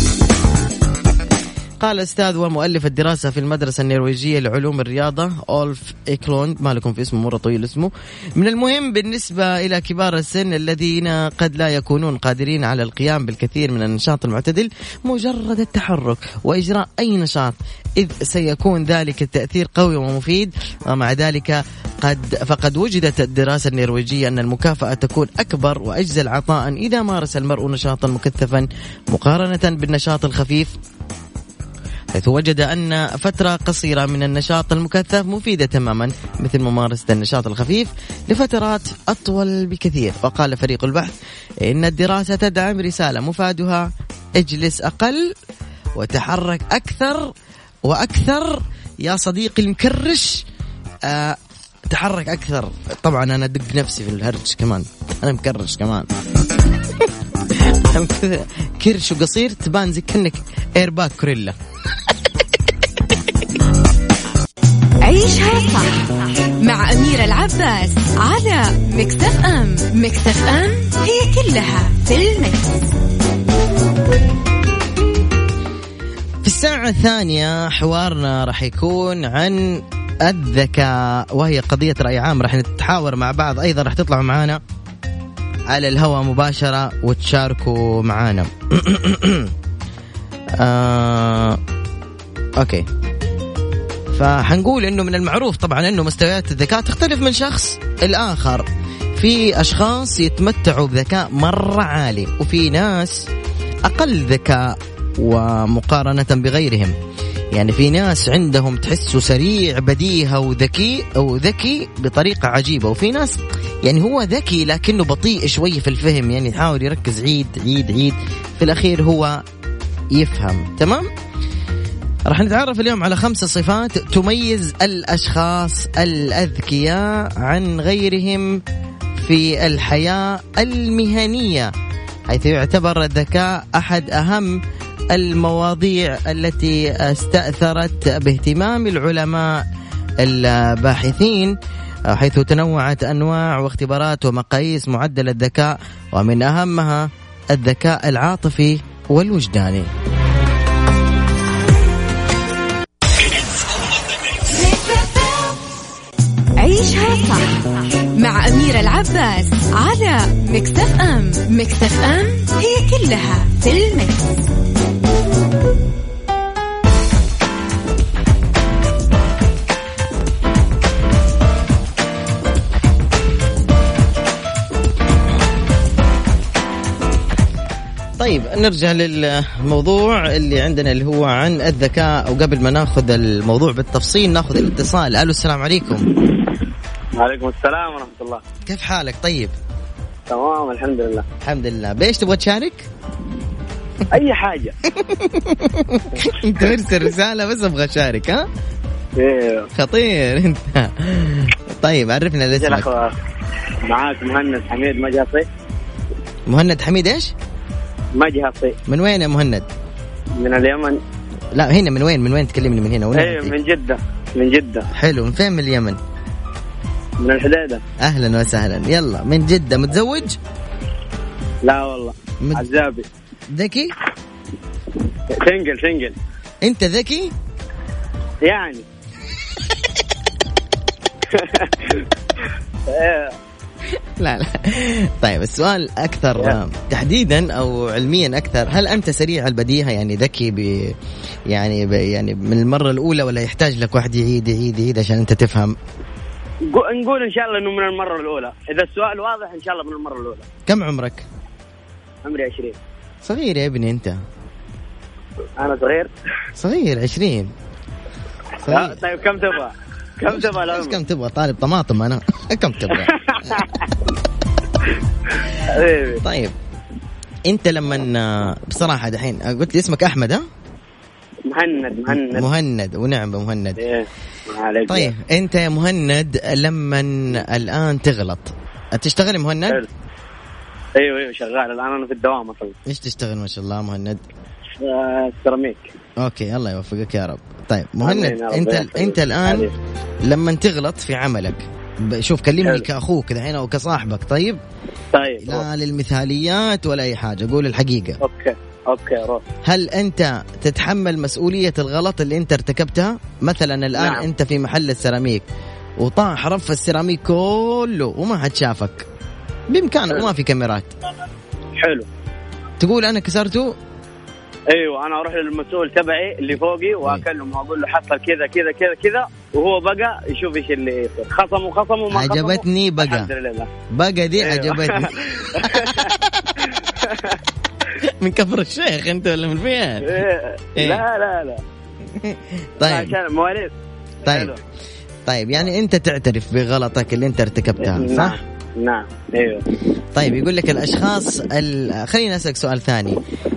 قال أستاذ ومؤلف الدراسة في المدرسة النرويجية لعلوم الرياضة أولف إيكلوند، ما لكم في اسمه مرة طويل اسمه، من المهم بالنسبة إلى كبار السن الذين قد لا يكونون قادرين على القيام بالكثير من النشاط المعتدل مجرد التحرك وإجراء أي نشاط، إذ سيكون ذلك التأثير قوي ومفيد. ومع ذلك فقد وجدت الدراسة النرويجية أن المكافأة تكون أكبر وأجزل عطاء إذا مارس المرء نشاطا مكثفا مقارنة بالنشاط الخفيف، حيث وجد أن فترة قصيرة من النشاط المكثف مفيدة تماما مثل ممارسة النشاط الخفيف لفترات أطول بكثير. وقال فريق البحث إن الدراسة تدعم رسالة مفادها اجلس أقل وتحرك أكثر وأكثر يا صديقي المكرش. تحرك أكثر. طبعا أنا أدق نفسي في الهرج كمان، أنا مكرش كمان كرش وقصير تبان زي كأنك إيرباك كوريلا. عيشها صح مع أميرة العباس على ميكس اف ام. ميكس اف ام هي كلها في الميكس. في الساعة الثانية حوارنا راح يكون عن الذكاء، وهي قضية رأي عام راح نتحاور مع بعض، أيضا راح تطلعوا معنا على الهواء مباشرة وتشاركوا معنا. أوكي، فحنقول إنه من المعروف طبعا إنه مستويات الذكاء تختلف من شخص الآخر. في أشخاص يتمتعوا بذكاء مرة عالي، وفي ناس أقل ذكاء ومقارنة بغيرهم. يعني في ناس عندهم تحسه سريع بديهة وذكي أو ذكي بطريقة عجيبة، وفي ناس يعني هو ذكي لكنه بطيء شوي في الفهم، يعني يحاول يركز عيد في الأخير هو يفهم. تمام؟ راح نتعرف اليوم على 5 صفات تميز الأشخاص الأذكياء عن غيرهم في الحياة المهنية، حيث يعتبر الذكاء أحد أهم المواضيع التي استأثرت باهتمام العلماء الباحثين، حيث تنوعت أنواع واختبارات ومقاييس معدل الذكاء، ومن أهمها الذكاء العاطفي والوجداني. عيشها صح مع أميرة العباس على ميكس اف ام. ميكس اف ام هي كلها في الميكس. طيب نرجع للموضوع اللي عندنا اللي هو عن الذكاء، وقبل ما ناخذ الموضوع بالتفصيل ناخذ الاتصال. الو السلام عليكم. وعليكم السلام ورحمة الله. كيف حالك؟ طيب تمام الحمد لله. الحمد لله. بإيش تبغى تشارك؟ أي حاجة. أنت ارسل رسالة بس أبغى أشارك. ها؟ إيه. خطير أنت. طيب عرفنا اسمك. معاك مهند حميد مجهصي. مهند حميد إيش؟ مجهصي. من وين يا مهند؟ من اليمن. لا هنا من وين؟ من وين تكلمني؟ من هنا؟ ايه من جدة. من جدة. حلو. من فين من اليمن؟ من الحديدة. أهلا وسهلا. يلا من جدة. متزوج؟ لا والله عزابي. ذكي؟ سنجل. أنت ذكي؟ يعني. لا طيب السؤال أكثر تحديدا أو علميا أكثر، هل أنت سريع البديهة يعني ذكي يعني من المرة الأولى، ولا يحتاج لك واحد يعيد عشان أنت تفهم؟ نقول إن شاء الله إنه من المرة الأولى، إذا السؤال واضح إن شاء الله من المرة الأولى. كم عمرك؟ عمري 20. صغير يا ابني أنت. أنا صغير 20 صغير. طيب كم تبغى؟ كم تبغى؟ طالب طماطم أنا. كم تبغى؟ طيب أنت لما بصراحة دحين قلت لي اسمك أحمد. ها؟ مهند ونعم بمهند. إيه. طيب أنت يا مهند لما الآن تغلط تشتغل مهند؟ ايوه شغال الان، انا في الدوام اصلا. ايش تشتغل؟ ما شاء الله مهند. سيراميك. اوكي الله يوفقك يا رب. طيب مهند انت الان لما تغلط في عملك شوف كلمني كأخوك الحين أو كصاحبك. طيب لا للمثاليات ولا أي حاجة، قول الحقيقة. أوكي روح. هل أنت تتحمل مسؤولية الغلط اللي أنت ارتكبتها؟ مثلا الآن نعم. أنت في محل السيراميك وطاح رف السيراميك كله وما حد شافك بإمكانك وما في كاميرات. حلو. تقول أنا كسرته؟ ايوه انا اروح للمسؤول تبعي اللي فوقي واكلمه واقول له حصل كذا كذا كذا كذا، وهو بقى يشوف ايش اللي يصير. خصموا ما عجبتني بقى دي عجبتني. من كفر الشيخ انت ولا من فين؟ لا طيب عشان مواليد. طيب يعني انت تعترف بغلطك اللي انت ارتكبتها صح؟ نعم ايوه. طيب يقول لك الاشخاص خليني اسالك سؤال ثاني.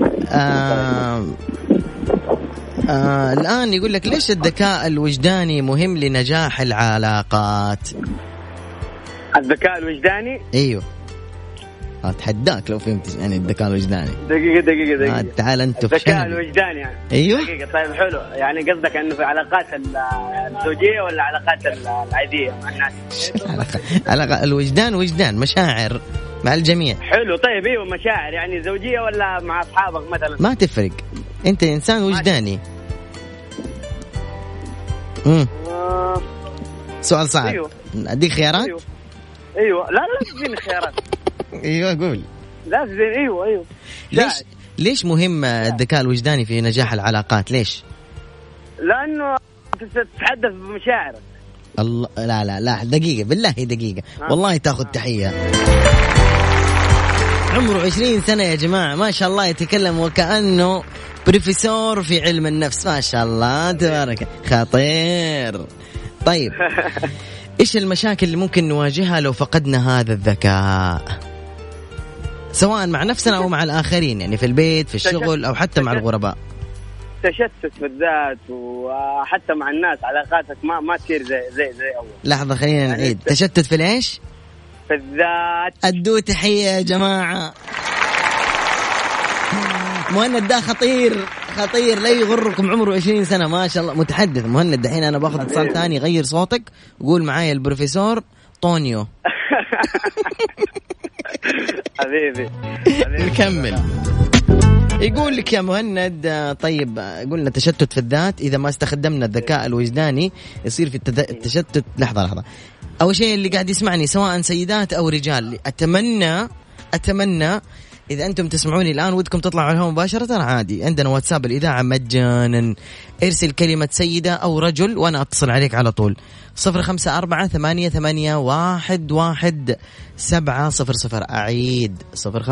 الآن يقول لك ليش الذكاء الوجداني مهم لنجاح العلاقات؟ الذكاء الوجداني؟ ايوه اتحداك لو فهمت يعني الذكاء الوجداني. دقيقة تعال انت الذكاء الوجداني يعني. ايوه دقيقة. طيب حلو، يعني قصدك انه في علاقات الزوجية ولا علاقات العادية مع الناس؟ علاقة الوجدان وجدان مشاعر مع الجميع. حلو. طيب ايوه مشاعر يعني زوجية ولا مع اصحابك مثلا؟ ما تفرق، انت انسان وجداني. سؤال صعب. أيوه. اديك خيارات. ايوه لا تديني خيارات. ايوه قول. لا تديني. ايوه ليش مهم الذكاء الوجداني في نجاح العلاقات؟ ليش؟ لانه تتحدث بمشاعرك. الله لا دقيقة بالله دقيقة والله تاخذ تحية. عمره 20 سنة يا جماعة ما شاء الله، يتكلم وكأنه بروفيسور في علم النفس ما شاء الله تبارك. خطير. طيب إيش المشاكل اللي ممكن نواجهها لو فقدنا هذا الذكاء سواء مع نفسنا أو مع الآخرين، يعني في البيت في الشغل أو حتى مع الغرباء؟ تشتت في الذات وحتى مع الناس علاقاتك ما تصير زي أول. لحظة خلينا نعيد. تشتت في الإيش؟ في الذات. أدوا تحية يا جماعة. مهند ده خطير لا يغركم، عمره 20 سنة ما شاء الله متحدث. مهند دحين أنا باخذ اتصال ثاني، غير صوتك وقول معايا البروفيسور طونيو. حبيبي نكمل. يقول لك يا مهند طيب قلنا تشتت في الذات، إذا ما استخدمنا الذكاء الوجداني يصير في التشتت. لحظة أول شيء اللي قاعد يسمعني سواء سيدات أو رجال، أتمنى إذا أنتم تسمعوني الآن ودكم تطلعوا على الهواء مباشرة عادي، عندنا واتساب الإذاعة مجانا، ارسل كلمة سيدة أو رجل وأنا أتصل عليك على طول. 0548811700. أعيد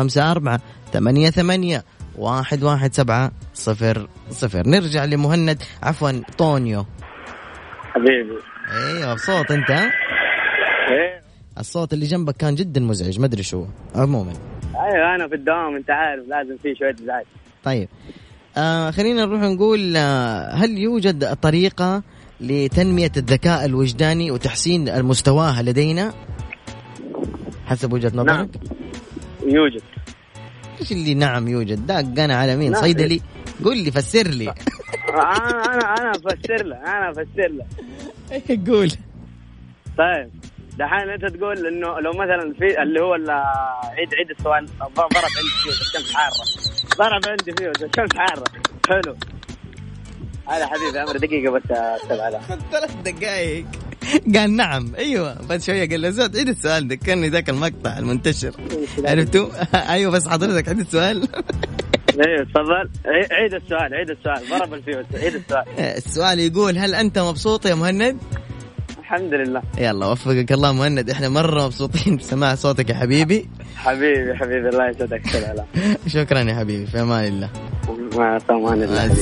0548811700. نرجع لمهند عفوا طونيو. حبيبي. ايوه صوت انت. ايه الصوت اللي جنبك كان جدا مزعج ما ادري شو. عموما ايوه انا في الدوام انت عارف لازم في شويه ازعاج. طيب خلينا نروح نقول هل يوجد طريقة لتنمية الذكاء الوجداني وتحسين المستواه لدينا حسب وجهة نظرك؟ نعم يوجد. ايش اللي نعم يوجد؟ داق انا على مين؟ صيدلي؟ قول لي فسر لي. انا افسر له قول. طيب دحين انت تقول انه لو مثلا في اللي هو عيد السؤال. ضرب عندي فيه الشمس حاره. الشمس حاره. حلو هذا حبيبي عمري دقيقه بس استوعب على 3 دقائق قال نعم ايوه بعد شويه قال له زود عيد السؤال. ذكرني ذاك المقطع المنتشر عرفتوا؟ ايوه بس حضرتك عيد السؤال. ايوه تفضل عيد السؤال ضرب الفيوز. عيد السؤال. السؤال يقول هل انت مبسوط يا مهند؟ الحمد لله. يلا وفقك الله مهند، احنا مرة مبسوطين بسماع صوتك يا حبيبي. حبيبي الله يسعدك. شكرا يا حبيبي في امان الله. مع امان الله.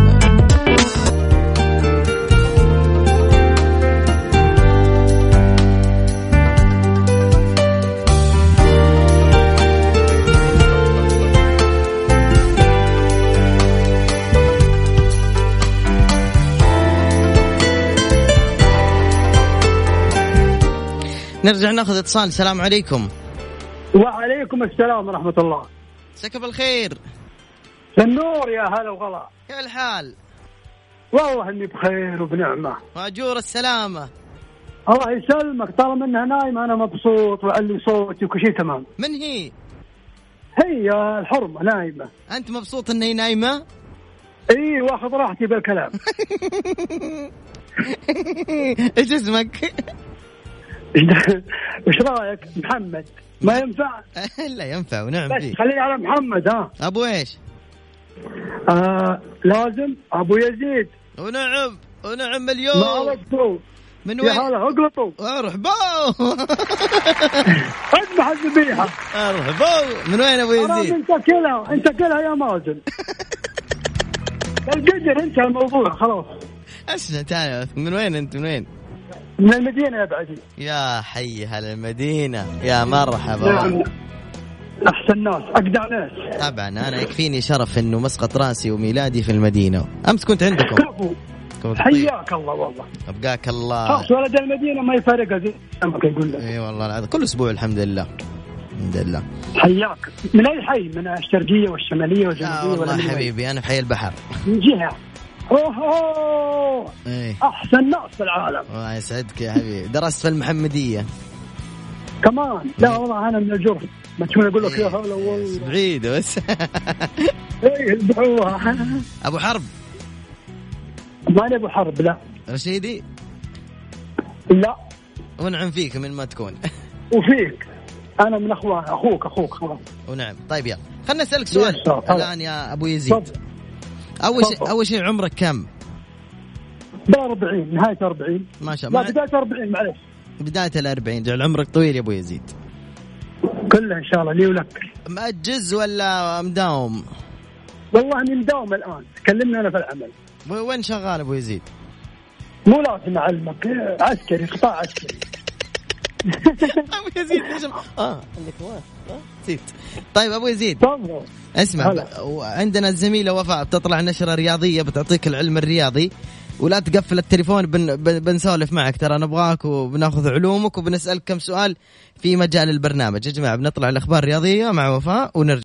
نرجع ناخذ اتصال. السلام عليكم. وعليكم السلام ورحمة الله. مساك بالخير. النور يا هلا وغلا. كيف الحال؟ والله اني بخير وبنعمه. ماجور السلامه. الله يسلمك. طالما انها نايمه انا مبسوط وعلي صوتي وكل شيء تمام. من هي؟ هي الحرمه نايمه. انت مبسوط ان هي نايمه؟ اي واخذ راحتي بالكلام. ايش اسمك؟ ايش رايك محمد؟ ما ينفع؟ لا ينفع ونعم بس فيه. خليني على محمد. ها ابو ايش؟ لازم ابو يزيد. ونعم مليون. ما غلطوا. من وين؟ يا هلا اغلطوا. ارحبا. اذبح الذبيحه. ارحبا. من وين ابو يزيد؟ انت كلها يا مازن. القدر انت الموضوع خلاص. اسمع تعال، من وين انت؟ من وين؟ من المدينه يا بعدي. يا حي هلا المدينه، يا مرحبا. نعم. احسن ناس، اجدع ناس. طبعا انا يكفيني شرف انه مسقط راسي وميلادي في المدينه. امس كنت عندكم. حياك الله والله. ابقاك الله. خلاص ولد المدينه ما يفارقها زي ما يقول لك. اي والله العظيم كل اسبوع الحمد لله. الحمد لله. حياك. من اي حي؟ من الشرقيه والشماليه والجنوبيه؟ والله حبيبي انا في حي البحر. من جهه. اوه ايه. احسن ناس في العالم. الله يسعدك يا حبيبي. درست في المحمديه كمان؟ لا والله انا من الجرف. ما تكون اقول لك يا هلا والله بعيده بس. ايه اذبحوها. ابو حرب. ماني ابو حرب. لا. رشيدي. لا. ونعم فيك من ما تكون. وفيك. انا من اخوك خلاص. ونعم. طيب يلا خلنا نسالك سؤال الان يا ابو يزيد. اول شيء عمرك كم؟ 40. نهايه 40. ما شاء الله. لا بدايه 40 معلش. بدايه 40. جعل عمرك طويل يا ابو يزيد. كله ان شاء الله لي ولك. مأجز ولا مداوم؟ والله اني مداوم الان. كلمني انا في العمل. وين شغال ابو يزيد؟ مو لازم اعلمك. عسكري، قطاع عسكري. ابو يزيد عندك نسيت. طيب ابو يزيد اسمع، عندنا الزميله وفاء بتطلع نشره رياضيه بتعطيك العلم الرياضي، ولا تقفل التليفون. بنسولف معك ترى، نبغاك وبناخذ علومك وبنسألك كم سؤال في مجال البرنامج. يا جماعه بنطلع الاخبار الرياضيه مع وفاء ونرجع.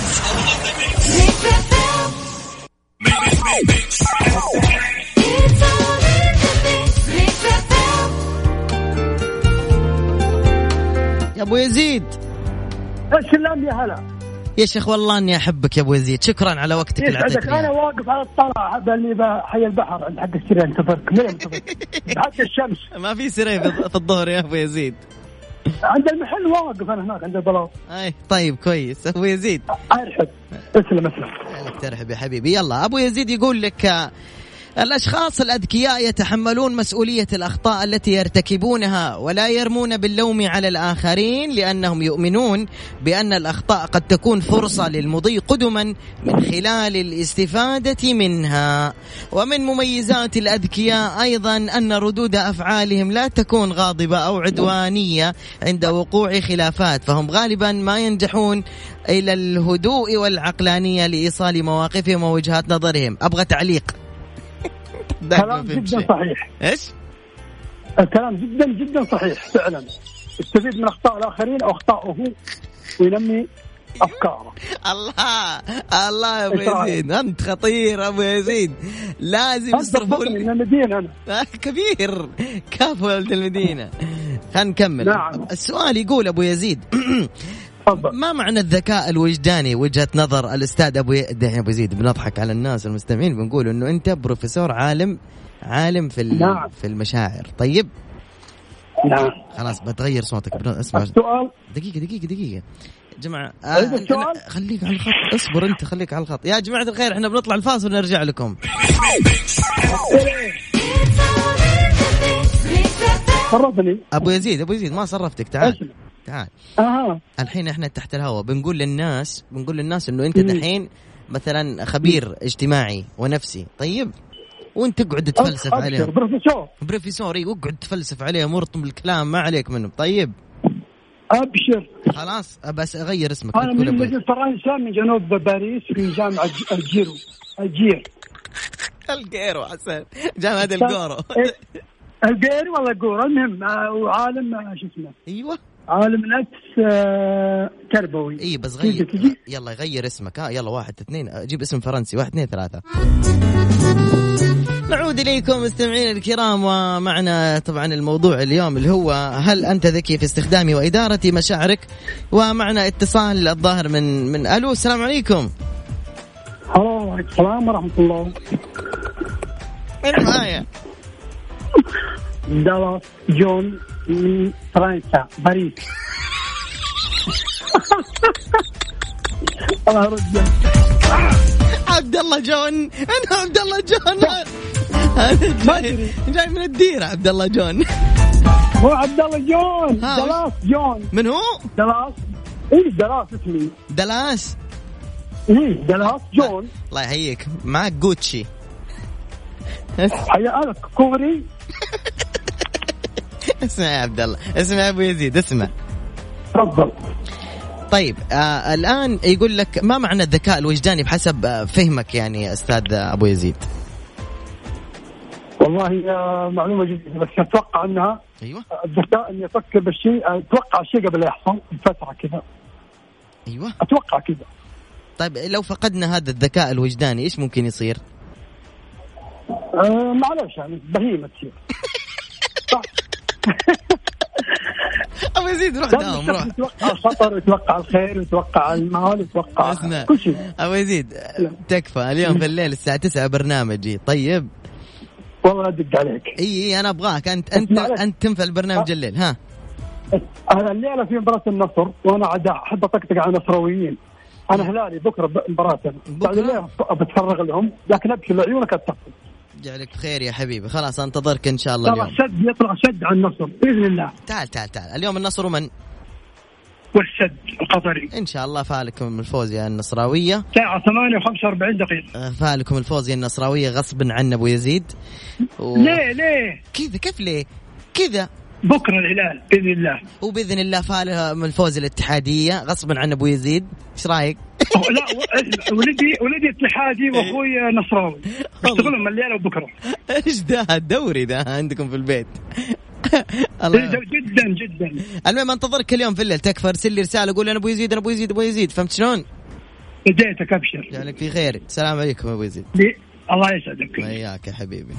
يا ابو يزيد. السلام يا هلا يا شيخ. والله اني احبك يا ابو يزيد. شكرا على وقتك اللي اعطيتني. انا واقف على الطلعه اللي بحي البحر عند حق السرير انتظرك. مين انتظرك؟ حتى الشمس ما في سرير في الظهر يا ابو يزيد. عند المحل واقف انا هناك عند البلاط. اي طيب كويس ابو يزيد. ارحب. اسلم. ترحب يا حبيبي. يلا ابو يزيد يقول لك الأشخاص الأذكياء يتحملون مسؤولية الأخطاء التي يرتكبونها ولا يرمون باللوم على الآخرين، لأنهم يؤمنون بأن الأخطاء قد تكون فرصة للمضي قدما من خلال الاستفادة منها. ومن مميزات الأذكياء أيضا أن ردود أفعالهم لا تكون غاضبة أو عدوانية عند وقوع خلافات، فهم غالبا ما ينجحون إلى الهدوء والعقلانية لإيصال مواقفهم ووجهات نظرهم. أبغى تعليق. كلام جدا صحيح. ايش؟ الكلام جدا جدا صحيح فعلا. يستفيد من اخطاء الاخرين او اخطائه وينمي افكاره. الله يا ابو يزيد انت خطير ابو يزيد. لازم يصرفوا من المدينه انا. كبير كافو ولد المدينه. خلينا نكمل. نعم. السؤال يقول ابو يزيد ما معنى الذكاء الوجداني وجهة نظر الأستاذ أبو يزيد؟ بنضحك على الناس المستمعين بنقول إنه أنت بروفيسور عالم في المشاعر. طيب نعم خلاص بتغير صوتك. اسمع السؤال. دقيقة يا جماعة. خليك على الخط. اصبر أنت خليك على الخط يا جماعة الخير. إحنا بنطلع الفاصل ونرجع لكم. صرفني أبو يزيد ما صرفتك. تعال. الحين احنا تحت الهواء بنقول للناس انه انت دحين مثلا خبير اجتماعي ونفسي. طيب وانت تقعد تفلسف عليهم. بروفيسور اقعد تفلسف عليهم ورطم الكلام ما عليك منهم. طيب ابشر خلاص بس اغير اسمك. انا من فرنسا من جنوب باريس في جامعة الجيرو حسن. جامعة الجورو. الجيرو ولا الجورو المهم. وعالم شو اسمه. ايوه عالم نفس تربوي. اي بس غير، يلا غير اسمك. يلا 1 2 جيب اسم فرنسي. 1 2 3. نعود إليكم مستمعين الكرام، ومعنا طبعا الموضوع اليوم اللي هو هل أنت ذكي في استخدام وإدارة مشاعرك؟ ومعنا اتصال الظاهر من ألو. السلام عليكم. السلام ورحمة الله. مين معايا؟ دالاس جون من فرنسا، باريس. الله يرد. عبد الله جون. أنا عبد الله جون. جاي من الديرة. عبد الله جون. هو عبد الله جون. دالاس جون. من هو؟ دالاس. إيه دالاس اسمي. دالاس. إيه دالاس جون. الله يحييك. معك جوتشي. حياك كوري. اسمع يا عبد الله، اسمع أبو يزيد، اسمع. تفضل. طيب الآن يقول لك ما معنى الذكاء الوجداني بحسب فهمك يعني أستاذ أبو يزيد؟ والله معلومة جديدة، بس أتوقع أنها أيوة الذكاء أن يفكر بالشيء، أتوقع الشيء قبل يحصل بفترة كذا. أيوة أتوقع كذا. طيب لو فقدنا هذا الذكاء الوجداني إيش ممكن يصير؟ معلش يعني بهيمة تصير. أبو يزيد روح داوم روح. يتوقع الخطر، يتوقع الخير، يتوقع المال، يتوقع كل شيء. أبو يزيد تكفى اليوم في الليل الساعة 9 برنامجي. طيب والله أدق عليك. إيه أنا أبغاك أنت تنفع البرنامج الليل. ها أنا الليلة في مباراة النصر، وأنا عاد أحب أطقطق على النصراويين. أنا هلالي بكرة مباراة بعد الليل بتفرغ لهم، لكن أبشر لعيونك أتفق. جعلك بخير يا حبيبي. خلاص انتظرك إن شاء الله. اليوم الشد يطلع شد على النصر بإذن الله. تعال اليوم النصر ومن؟ والشد القطري إن شاء الله. فالكم الفوز يا النصراوية. ساعة 8:45 دقيقة. فالكم الفوز يا النصراوية غصب عن أبو يزيد. ليه كذا؟ كيف ليه كذا؟ بكرة الهلال بإذن الله. وبإذن الله فالهم الفوز الاتحادية غصبا عن أبو يزيد. إيش رأيك؟ لا ولدي اتحادي وأخوي نصراوي. اشتغلهم الليلة وبكرة. إيش ده الدوري ده عندكم في البيت؟ جدا. المهم انتظرك اليوم في الليل. تكفى ارسل لي رسالة قول أنا أبو يزيد. فهمت شلون؟ بديتك أبشر. يعني في خير. السلام عليكم أبو يزيد. الله يسعدك. وياك يا حبيبي.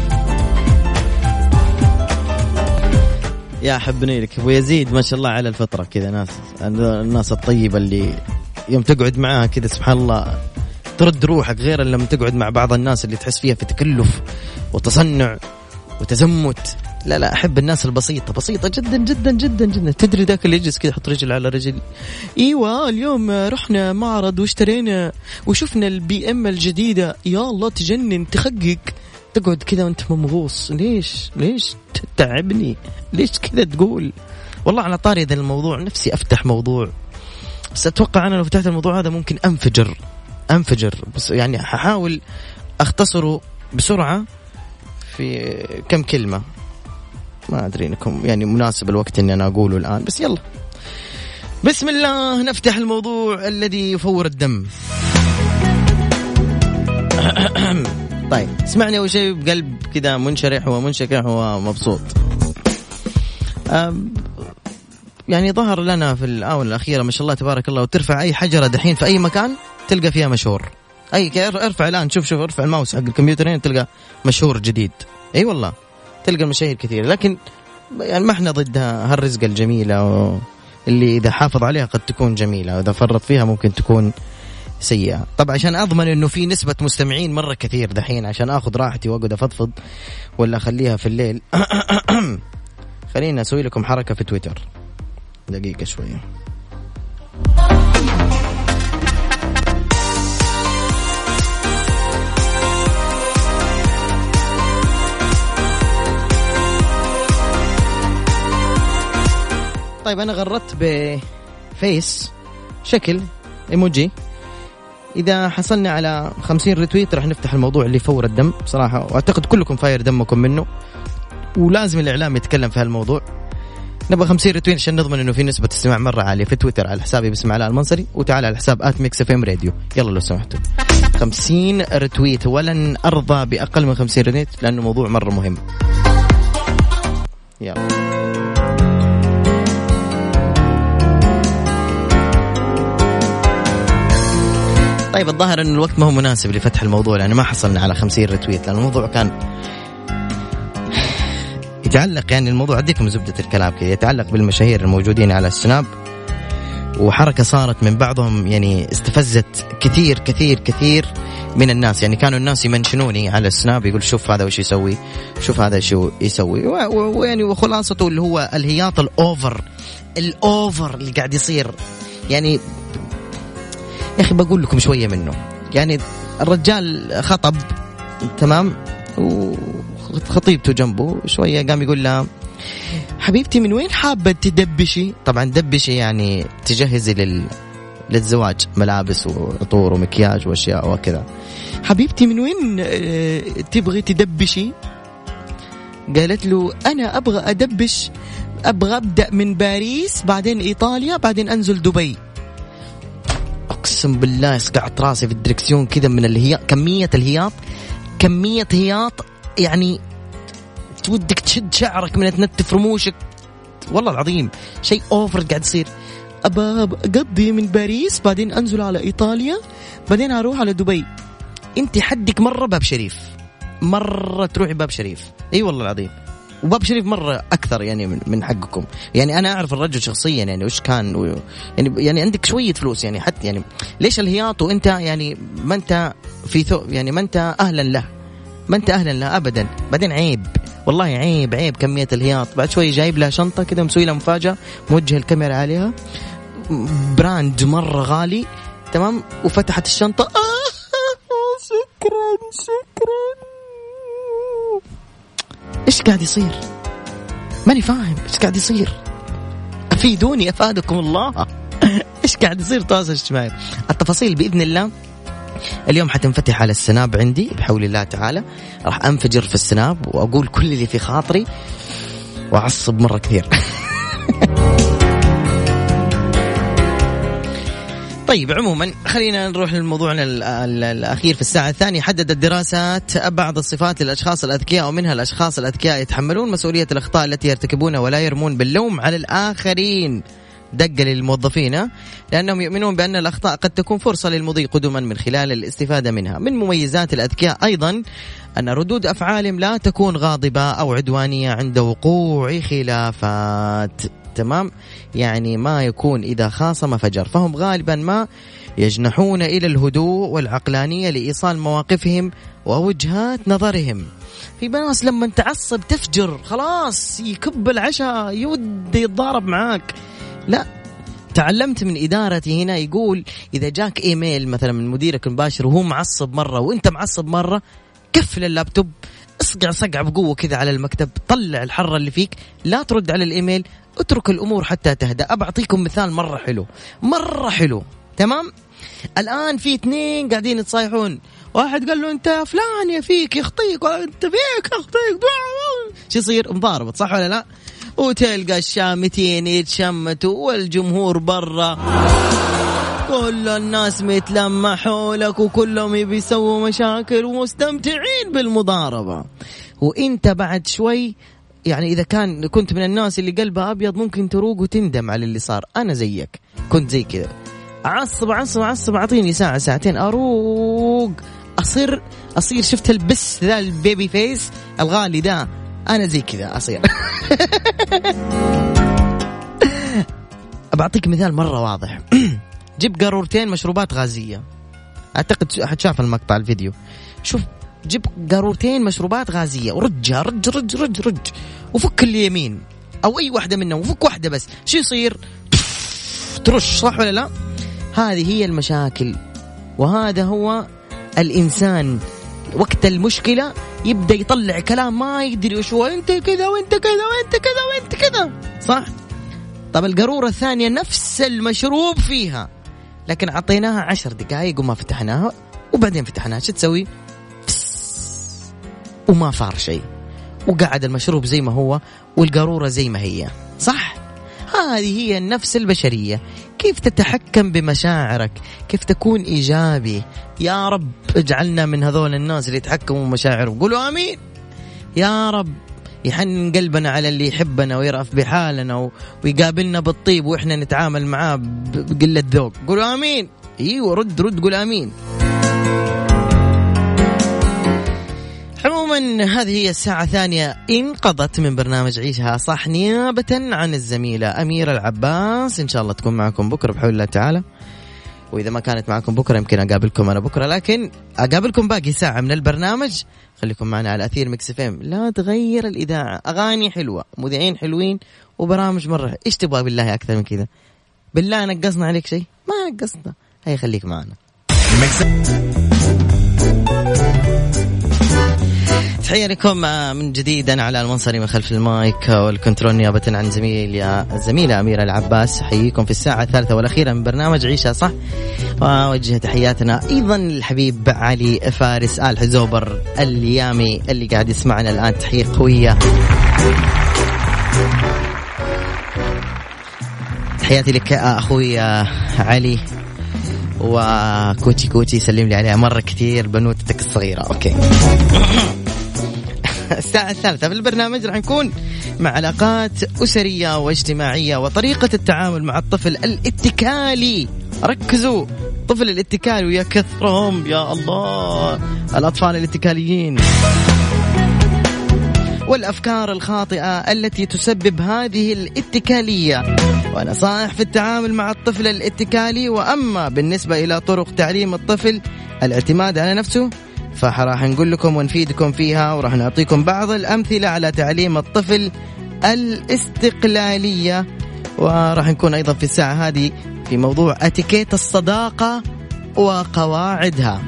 يا حبني لك أبو يزيد ما شاء الله على الفطرة كذا. الناس الطيبة اللي يوم تقعد معاها كذا سبحان الله ترد روحك، غير لما تقعد مع بعض الناس اللي تحس فيها في تكلف وتصنع وتزمت. لا أحب الناس البسيطة، بسيطة جدا جدا جدا جدا. تدري ذاك اللي يجلس كذا يحط رجل على رجل. ايوه اليوم رحنا معرض واشترينا وشفنا البي ام الجديدة، يا الله تجنن تخقق. تقعد كذا وانت ممغوص. ليش تتعبني؟ ليش كذا تقول؟ والله على طاري ذا الموضوع نفسي افتح موضوع، بس اتوقع انا لو فتحت الموضوع هذا ممكن انفجر. بس يعني هحاول اختصره بسرعة في كم كلمة. ما أدري إنكم يعني مناسب الوقت إني أنا أقوله الآن، بس يلا بسم الله نفتح الموضوع الذي يفور الدم. طيب اسمعني أول شيء بقلب كذا منشرح ومنشكح ومبسوط. يعني ظهر لنا في الآونة الأخيرة ما شاء الله تبارك الله، وترفع أي حجرة دحين في أي مكان تلقى فيها مشهور. أي ارفع الآن شوف ارفع الماوس حق الكمبيوترين تلقى مشهور جديد. أي والله تلقى المشاهير كثير، لكن يعني ما احنا ضد هالرزقة الجميلة اللي إذا حافظ عليها قد تكون جميلة، وإذا فرط فيها ممكن تكون سيئة. طبعا عشان أضمن إنه في نسبة مستمعين مرة كثير دحين، عشان أخذ راحتي وأقعد أفضفض ولا أخليها في الليل خلينا أسوي لكم حركة في تويتر دقيقة شوية. طيب أنا غردت بفيس شكل إيموجي، إذا حصلنا على 50 ريتويت راح نفتح الموضوع اللي فور الدم صراحة، وأعتقد كلكم فاير دمكم منه، ولازم الإعلام يتكلم في هالموضوع. نبغى 50 ريتويت عشان نضمن إنه في نسبة استماع مرة عالية. في تويتر على حسابي باسم علاء المنصري، وتعال على حساب @mixfm radio. يلا لو سمحتوا 50 ريتويت، ولن أرضى بأقل من 50 ريتويت لأنه موضوع مرة مهم. يلا طيب الظاهر أن الوقت ما هو مناسب لفتح الموضوع، لأن ما حصلنا على 50 رتويت، لأن الموضوع كان يتعلق، يعني الموضوع أديكم زبدة الكلام كذا، يتعلق بالمشاهير الموجودين على السناب، وحركة صارت من بعضهم يعني استفزت كثير كثير كثير من الناس. يعني كانوا الناس يمنشنوني على السناب، يقول شوف هذا وش يسوي، شوف هذا شو يسوي، ويعني وخلاصته اللي هو الهياط الأوفر اللي قاعد يصير. يعني يا أخي بقول لكم شوية منه. يعني الرجال خطب تمام، وخطيبته جنبه شوية قام يقول لها حبيبتي من وين حابة تدبشي؟ طبعا دبشي يعني تجهزي للزواج، ملابس وعطور ومكياج وأشياء وكذا. حبيبتي من وين تبغي تدبشي؟ قالت له أنا أبغى أدبش، أبغى أبدأ من باريس بعدين إيطاليا بعدين أنزل دبي. أقسم بالله سقعت راسي في الدركسيون كذا من الهياط، كمية هياط يعني تودك تشد شعرك من تنتف رموشك. والله العظيم شيء أوفر قاعد يصير. أبغى أقضي من باريس بعدين أنزل على إيطاليا بعدين أروح على دبي. أنت حدك مرة باب شريف، مرة تروحي باب شريف. أي والله العظيم، وباب شريف مرة أكثر يعني من حقكم. يعني أنا أعرف الرجل شخصيا يعني وش كان يعني عندك شوية فلوس يعني حتى يعني ليش الهياط وأنت يعني ما أنت في يعني ما أنت أهلا له، ما أنت أهلا له أبدا. بعدين عيب والله، عيب كمية الهياط. بعد شوي جايب لها شنطة كده مسوي لها مفاجأة، موجه الكاميرا عليها، براند مرة غالي تمام، وفتحت الشنطة شكرا. إيش قاعد يصير؟ ماني فاهم إيش قاعد يصير. أفيدوني أفادكم الله. إيش قاعد يصير؟ تواصل اجتماعي. التفاصيل بإذن الله اليوم حتنفتح على السناب عندي بحول الله تعالى. راح أنفجر في السناب وأقول كل اللي في خاطري وأعصب مرة كثير. طيب عموما خلينا نروح للموضوعنا الأخير في الساعة الثانية. حددت دراسات بعض الصفات للأشخاص الأذكياء، ومنها الأشخاص الأذكياء يتحملون مسؤولية الأخطاء التي يرتكبونها ولا يرمون باللوم على الآخرين. دق للموظفين لأنهم يؤمنون بأن الأخطاء قد تكون فرصة للمضي قدما من خلال الاستفادة منها. من مميزات الأذكياء أيضا أن ردود أفعالهم لا تكون غاضبة أو عدوانية عند وقوع خلافات. تمام، يعني ما يكون إذا خاصم فجر، فهم غالبا ما يجنحون إلى الهدوء والعقلانية لإيصال مواقفهم ووجهات نظرهم. في ناس لما تعصب تفجر، خلاص يكب العشاء يود يتضارب معاك. لا، تعلمت من إدارتي هنا، يقول إذا جاك إيميل مثلا من مديرك المباشر وهو معصب مرة وإنت معصب مرة، قفل اللابتوب، اصقع صقع بقوة كذا على المكتب، طلع الحرة اللي فيك، لا ترد على الإيميل، اترك الأمور حتى تهدأ. أبعطيكم مثال مرة حلو تمام. الآن في 2 قاعدين يتصايحون، واحد قال له أنت فلان يا فيك يخطيك، وأنت فيك يخطيك، شو يصير؟ مضاربة، صح ولا لا؟ وتلقى الشامتين يتشمتوا والجمهور برا، كل الناس متلمع حولك وكلهم يبيسووا مشاكل ومستمتعين بالمضاربة. وانت بعد شوي يعني إذا كنت من الناس اللي قلبها أبيض ممكن تروق وتندم على اللي صار. أنا زيك، كنت زي كذا، عصب أعطيني ساعة ساعتين أروق، أصير شفت البس ذا البيبي فيس الغالي ده، أنا زي كذا أصير. أبعطيك مثال مرة واضح. جيب قارورتين مشروبات غازية، أعتقد حتشاف المقطع الفيديو. شوف، جيب قارورتين مشروبات غازية ورجها رج وفك اليمين أو أي واحدة منهم، وفك واحدة بس، شو يصير؟ ترش، صح ولا لا؟ هذه هي المشاكل، وهذا هو الإنسان. وقت المشكلة يبدأ يطلع كلام ما يدري وش هو، أنت كذا وأنت كذا وأنت كذا وأنت كذا، صح؟ طب القارورة الثانية نفس المشروب فيها، لكن عطيناها 10 دقائق وما فتحناها، وبعدين فتحناها، شو تسوي؟ وما صار شيء، وقعد المشروب زي ما هو والقارورة زي ما هي، صح؟ هذه هي النفس البشرية. كيف تتحكم بمشاعرك، كيف تكون إيجابي. يا رب اجعلنا من هذول الناس اللي يتحكموا بمشاعرهم. قولوا آمين يا رب. يحنن قلبنا على اللي يحبنا ويرأف بحالنا ويقابلنا بالطيب وإحنا نتعامل معاه بقلة ذوق. قولوا آمين. ايوه، رد قول آمين. عموما هذه هي الساعة الثانية انقضت من برنامج عيشها صح، نيابة عن الزميلة أميرة العباس. إن شاء الله تكون معكم بكرة بحول الله تعالى، وإذا ما كانت معكم بكرة يمكن أقابلكم أنا بكرة، لكن أقابلكم باقي ساعة من البرنامج. خليكم معنا على أثير ميكس اف ام. لا تغير الإذاعة، أغاني حلوة، مذيعين حلوين، وبرامج مرة. إيش تبغى بالله أكثر من كذا؟ بالله نقصنا عليك شيء؟ ما نقصنا. هيا خليك معنا. تحية لكم من جديد. أنا على المنصري من خلف المايك والكنترول نيابة عن الزميلة أميرة العباس. حييكم في الساعة الثالثة والأخيرة من برنامج عيشها صح، ووجه تحياتنا أيضا الحبيب علي فارس آل حزوبر اليامي اللي قاعد يسمعنا الآن. تحية قوية، تحياتي لك أخوي علي، وكوتي سلم لي عليها مرة كتير، بنوتتك الصغيرة. أوكي. الساعة الثالثة في البرنامج راح نكون مع علاقات أسرية واجتماعية وطريقة التعامل مع الطفل الاتكالي. ركزوا، طفل الاتكالي ويا كثرهم يا الله، الأطفال الاتكاليين، والأفكار الخاطئة التي تسبب هذه الاتكالية، ونصائح في التعامل مع الطفل الاتكالي. وأما بالنسبة إلى طرق تعليم الطفل الاعتماد على نفسه فراح نقول لكم ونفيدكم فيها، وراح نعطيكم بعض الأمثلة على تعليم الطفل الاستقلالية. وراح نكون أيضا في الساعة هذه في موضوع اتيكيت الصداقة وقواعدها.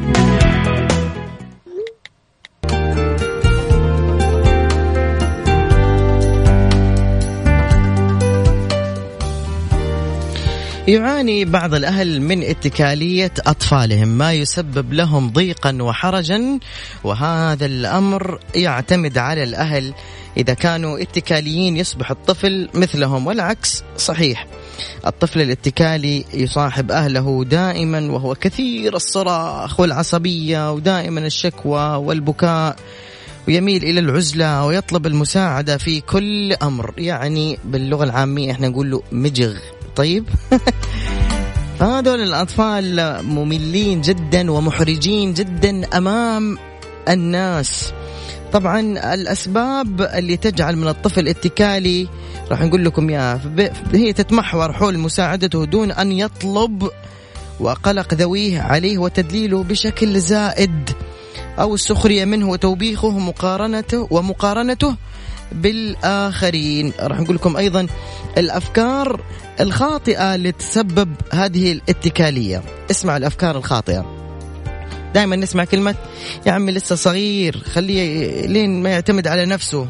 يعاني بعض الأهل من اتكالية أطفالهم، ما يسبب لهم ضيقا وحرجا، وهذا الأمر يعتمد على الأهل. إذا كانوا اتكاليين يصبح الطفل مثلهم، والعكس صحيح. الطفل الاتكالي يصاحب أهله دائما وهو كثير الصراخ والعصبية ودائما الشكوى والبكاء، ويميل إلى العزلة ويطلب المساعدة في كل أمر. يعني باللغة العامية احنا نقول له مجغ. طيب. هذول الأطفال مملين جدا ومحرجين جدا أمام الناس. طبعا الأسباب اللي تجعل من الطفل اتكالي راح نقول لكم يا هي تتمحور حول مساعدته دون أن يطلب، وقلق ذويه عليه وتدليله بشكل زائد، أو السخرية منه وتوبيخه ومقارنته بالآخرين. راح نقول لكم أيضا الأفكار الخاطئة اللي تسبب هذه الاتكالية. اسمع الأفكار الخاطئة. دائما نسمع كلمة يا عمي لسه صغير، خليه لين ما يعتمد على نفسه.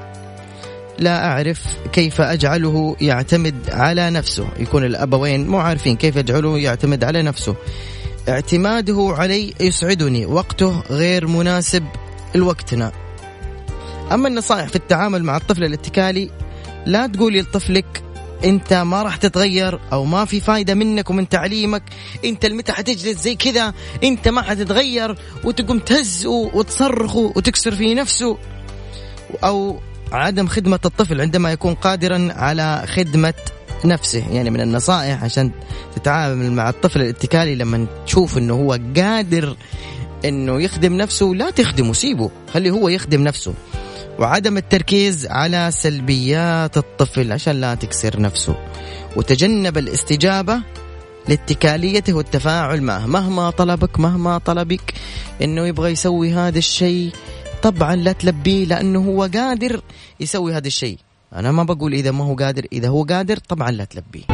لا أعرف كيف أجعله يعتمد على نفسه. يكون الأبوين مو عارفين كيف يجعله يعتمد على نفسه. اعتماده علي يسعدني، وقته غير مناسب لوقتنا. أما النصائح في التعامل مع الطفل الاتكالي، لا تقولي لطفلك أنت ما راح تتغير، أو ما في فايدة منك ومن تعليمك، أنت المتى حتجلس زي كذا، أنت ما حتتغير، وتقوم تهز وتصرخ وتكسر في نفسه. أو عدم خدمة الطفل عندما يكون قادرا على خدمة نفسه. يعني من النصائح عشان تتعامل مع الطفل الاتكالي، لما تشوف أنه هو قادر أنه يخدم نفسه لا تخدمه، سيبه، خليه هو يخدم نفسه. وعدم التركيز على سلبيات الطفل عشان لا تكسر نفسه. وتجنب الاستجابة لاتكاليته والتفاعل معه. مهما طلبك انه يبغى يسوي هذا الشيء، طبعا لا تلبيه، لانه هو قادر يسوي هذا الشيء. انا ما بقول اذا ما هو قادر، اذا هو قادر طبعا لا تلبيه.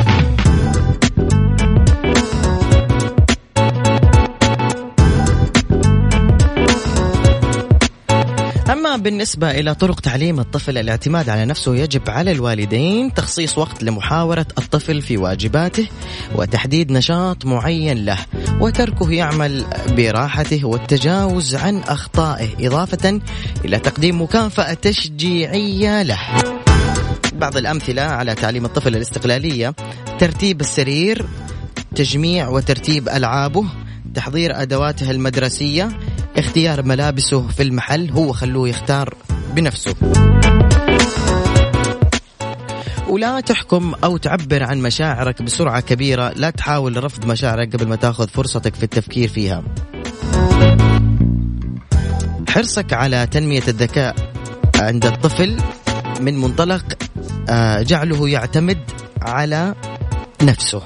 أما بالنسبة إلى طرق تعليم الطفل الاعتماد على نفسه، يجب على الوالدين تخصيص وقت لمحاورة الطفل في واجباته، وتحديد نشاط معين له، وتركه يعمل براحته، والتجاوز عن أخطائه، إضافة إلى تقديم مكافأة تشجيعية له. بعض الأمثلة على تعليم الطفل الاستقلالية: ترتيب السرير، تجميع وترتيب ألعابه، تحضير أدواته المدرسية، اختيار ملابسه في المحل، هو خلوه يختار بنفسه. ولا تحكم أو تعبر عن مشاعرك بسرعة كبيرة. لا تحاول رفض مشاعرك قبل ما تأخذ فرصتك في التفكير فيها. حرصك على تنمية الذكاء عند الطفل من منطلق جعله يعتمد على نفسه.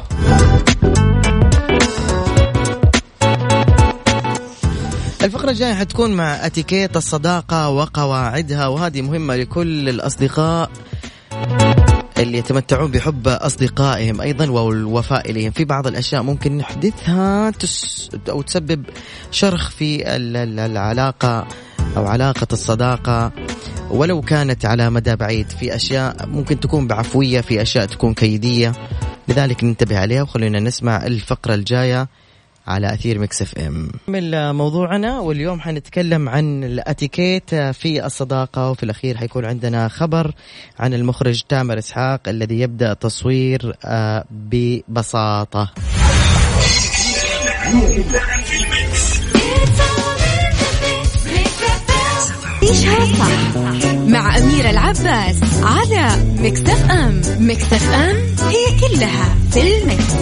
الفقرة الجاية حتكون مع اتيكيت الصداقة وقواعدها، وهذه مهمة لكل الأصدقاء اللي يتمتعون بحب أصدقائهم أيضا والوفاء إليهم. في بعض الأشياء ممكن نحدثها أو تسبب شرخ في العلاقة أو علاقة الصداقة ولو كانت على مدى بعيد. في أشياء ممكن تكون بعفوية، في أشياء تكون كيدية، لذلك ننتبه عليها. وخلونا نسمع الفقرة الجاية على أثير ميكس اف ام. من موضوعنا واليوم حنتكلم عن الاتيكيت في الصداقة، وفي الأخير حيكون عندنا خبر عن المخرج تامر إسحاق الذي يبدأ تصوير ببساطة. عيشها صح مع أميرة العباس على ميكس اف ام. ميكس اف ام هي كلها في الميكس.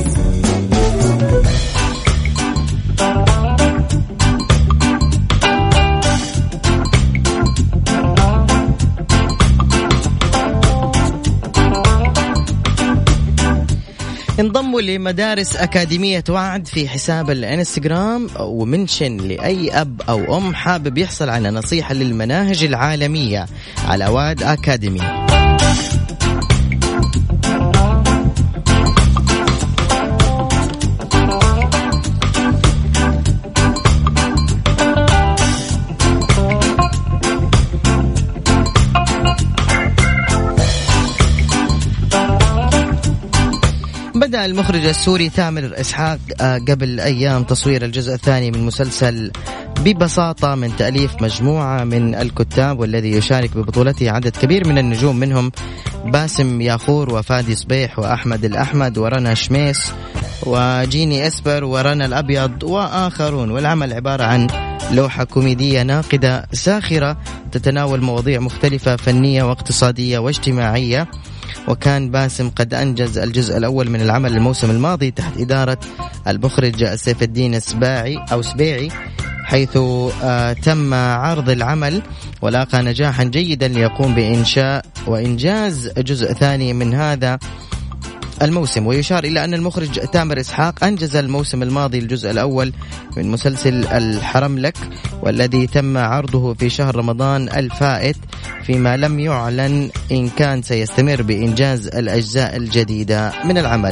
انضموا لمدارس أكاديمية وعد في حساب الانستغرام ومنشن لأي أب أو أم حابب يحصل على نصيحة للمناهج العالمية على وعد أكاديمي. بدأ المخرج السوري تامر إسحاق قبل أيام تصوير الجزء الثاني من مسلسل ببساطة من تأليف مجموعة من الكتاب، والذي يشارك ببطولته عدد كبير من النجوم، منهم باسم يافور وفادي صبيح وأحمد الأحمد ورنا شميس وجيني إسبر ورنا الأبيض وآخرون. والعمل عبارة عن لوحة كوميدية ناقدة ساخرة تتناول مواضيع مختلفة فنية واقتصادية واجتماعية. وكان باسم قد أنجز الجزء الأول من العمل الموسم الماضي تحت إدارة المخرج سيف الدين سبيعي، حيث تم عرض العمل ولاقى نجاحا جيدا ليقوم بإنشاء وإنجاز جزء ثاني من هذا الموسم. ويشار إلى أن المخرج تامر إسحاق أنجز الموسم الماضي الجزء الأول من مسلسل الحرم لك، والذي تم عرضه في شهر رمضان الفائت، فيما لم يعلن إن كان سيستمر بإنجاز الأجزاء الجديدة من العمل.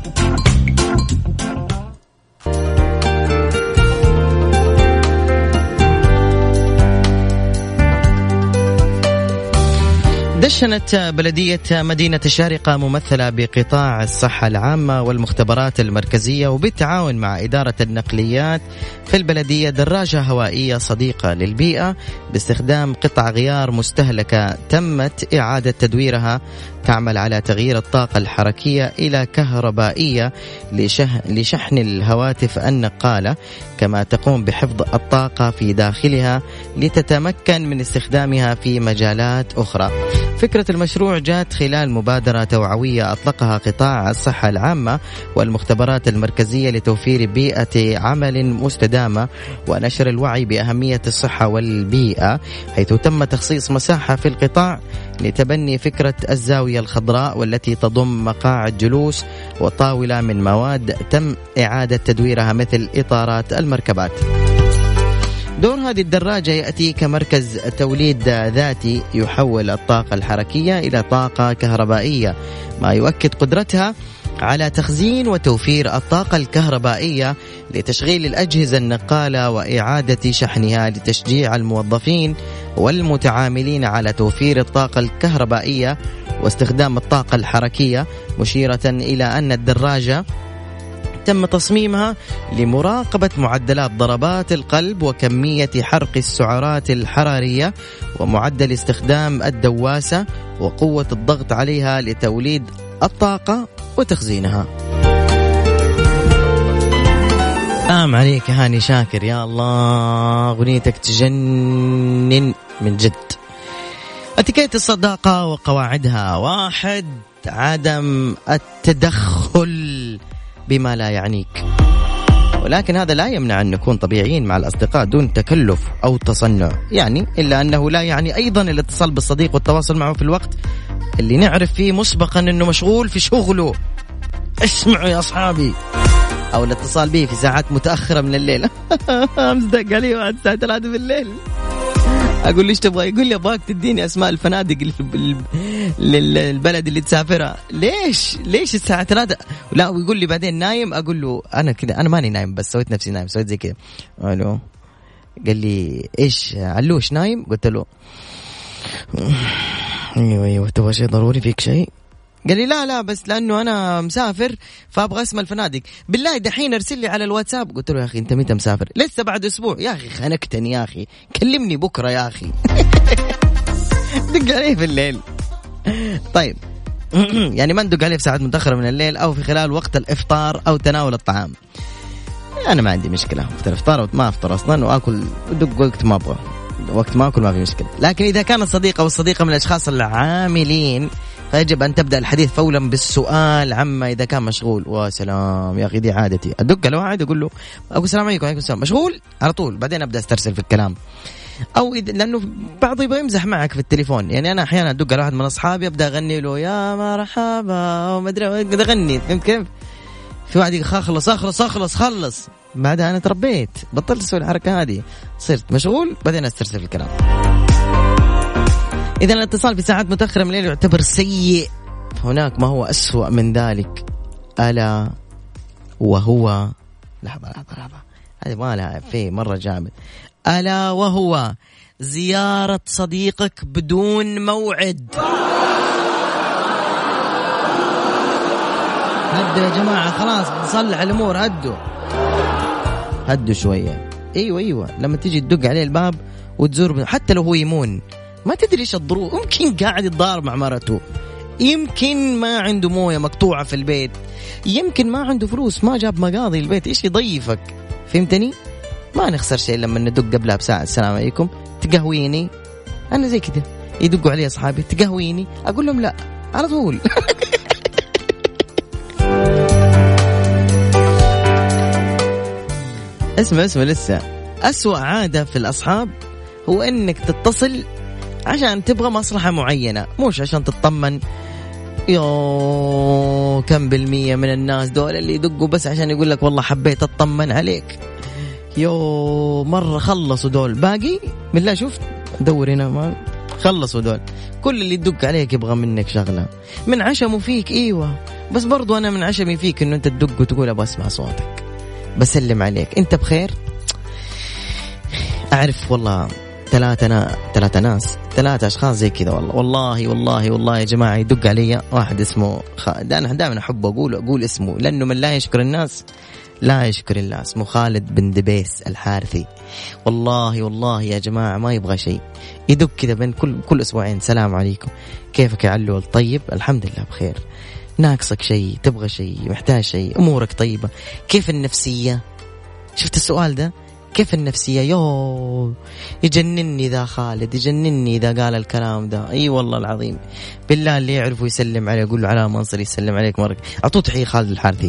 دشنت بلدية مدينة الشارقة ممثلة بقطاع الصحة العامة والمختبرات المركزية وبالتعاون مع إدارة النقليات في البلدية دراجة هوائية صديقة للبيئة باستخدام قطع غيار مستهلكة تمت إعادة تدويرها، تعمل على تغيير الطاقة الحركية إلى كهربائية لشحن الهواتف النقالة، كما تقوم بحفظ الطاقة في داخلها لتتمكن من استخدامها في مجالات أخرى. فكرة المشروع جاءت خلال مبادرة توعوية أطلقها قطاع الصحة العامة والمختبرات المركزية لتوفير بيئة عمل مستدامة ونشر الوعي بأهمية الصحة والبيئة، حيث تم تخصيص مساحة في القطاع لتبني فكرة الزاوية الخضراء، والتي تضم مقاعد جلوس وطاولة من مواد تم إعادة تدويرها مثل إطارات المركبات. دور هذه الدراجة يأتي كمركز توليد ذاتي يحول الطاقة الحركية إلى طاقة كهربائية، ما يؤكد قدرتها على تخزين وتوفير الطاقة الكهربائية لتشغيل الأجهزة النقالة وإعادة شحنها، لتشجيع الموظفين والمتعاملين على توفير الطاقة الكهربائية واستخدام الطاقة الحركية، مشيرة إلى أن الدراجة تم تصميمها لمراقبة معدلات ضربات القلب وكمية حرق السعرات الحرارية ومعدل استخدام الدواسة وقوة الضغط عليها لتوليد الطاقة وتخزينها. عليك هاني شاكر، يا الله أغنيتك تجنن من جد. اتيكيت الصداقة وقواعدها: 1. عدم التدخل بما لا يعنيك. ولكن هذا لا يمنع أن نكون طبيعيين مع الأصدقاء دون تكلف أو تصنع، يعني إلا أنه لا يعني أيضا الاتصال بالصديق والتواصل معه في الوقت اللي نعرف فيه مسبقا أنه مشغول في شغله. اسمعوا يا أصحابي، أو الاتصال به في ساعات متأخرة من الليل. أمزدق عليه بعد الساعة 3 بالليل، أقول ليش تبغى؟ يقول لي أبغاك تديني أسماء الفنادق للبلد اللي تسافرها. ليش الساعة 3؟ لا، ويقول لي بعدين نايم. أقول له أنا كذا، أنا ماني نايم، بس سويت نفسي نايم، سويت زي كذا. ألو، قال لي إيش علوش نايم؟ قلت له أيوة تبغى شيء ضروري، فيك شيء؟ قال لي لا بس لأنه أنا مسافر فأبغى اسم الفنادق. بالله دحين أرسل لي على الواتساب. قلت له يا أخي أنت متى مسافر؟ لسه بعد أسبوع. يا أخي خنقتني يا أخي، كلمني بكرة يا أخي. دق عليه في الليل. طيب يعني ما ندق عليه في ساعات متأخرة من الليل أو في خلال وقت الإفطار أو تناول الطعام. أنا ما عندي مشكلة وقت الإفطار أو ما أفطر أصلا وأكل ودق وقت ما أبغى، وقت ما أكل ما في مشكلة. لكن إذا كان الصديق أو الصديقة من الأشخاص العاملين فيجب أن تبدأ الحديث فولا بالسؤال عما إذا كان مشغول. وسلام يا أخي، دي عادتي، أدق على واحد أقول له أقول السلام عليكم. وعليكم السلام. مشغول على طول، بعدين أبدأ أسترسل في الكلام. أو لأنه بعض يبغى يمزح معك في التليفون. يعني أنا أحيانا أدق على واحد من أصحابي أبدأ أغني له يا مرحبا وما أدري أغني، فهمت كيف؟ في واحد يقول خلص. بعدها أنا تربيت، بطلت أسوي الحركة هذه، صرت مشغول بعدين أسترسل في الكلام. إذا الاتصال في ساعات متأخرة من الليل يعتبر سيء. هناك ما هو أسوأ من ذلك، ألا وهو لحظة هذه ما لها في مرة جامد. ألا وهو زيارة صديقك بدون موعد. هدوا يا جماعة، خلاص نصلح الأمور، هدوا شوية. أيوة لما تيجي تدق عليه الباب وتزور، حتى لو هو يمون ما تدري إيش الظروف، ممكن قاعد يتضارب مع مرته، يمكن ما عنده موية مقطوعة في البيت، يمكن ما عنده فلوس، ما جاب مقاضي البيت، إيش يضيفك؟ فهمتني؟ ما نخسر شيء لما ندق قبلها بساعة السلام عليكم، تقهويني. أنا زي كده يدقوا علي أصحابي تقهويني، أقول لهم لا على طول. اسمع لسه أسوأ عادة في الأصحاب هو أنك تتصل عشان تبغى مصلحة معينة، مش عشان تطمن. كم بالمية من الناس دول اللي يدقوا بس عشان يقول لك والله حبيت أطمن عليك. مرة خلصوا دول، باقي بالله شوف دور هنا ما خلصوا دول. كل اللي يدق عليك يبغى منك شغلة، من عشمه فيك. ايوه بس برضو انا من عشمي فيك انه انت تدق وتقول ابغى اسمع صوتك، بسلم عليك، انت بخير؟ اعرف والله ثلاثة أشخاص زي كذا. والله يا جماعة يدق علي واحد اسمه أنا دائما أحب أقول اسمه، لأنه من لا يشكر الناس لا يشكر الله. اسمه خالد بن دبيس الحارثي. والله يا جماعة ما يبغى شيء، يدق كذا بين كل أسبوعين، سلام عليكم، كيفك يا علول؟ طيب الحمد لله بخير. ناقصك شيء؟ تبغى شيء؟ محتاج شيء؟ أمورك طيبة؟ كيف النفسية؟ شفت السؤال ده؟ كيف النفسية؟ يجنني ذا خالد، يجنني إذا قال الكلام ده. أي والله العظيم بالله اللي يعرفه يسلم عليه، يقول له على منصر يسلم عليك مرة. أعطوه تحية خالد الحارثي.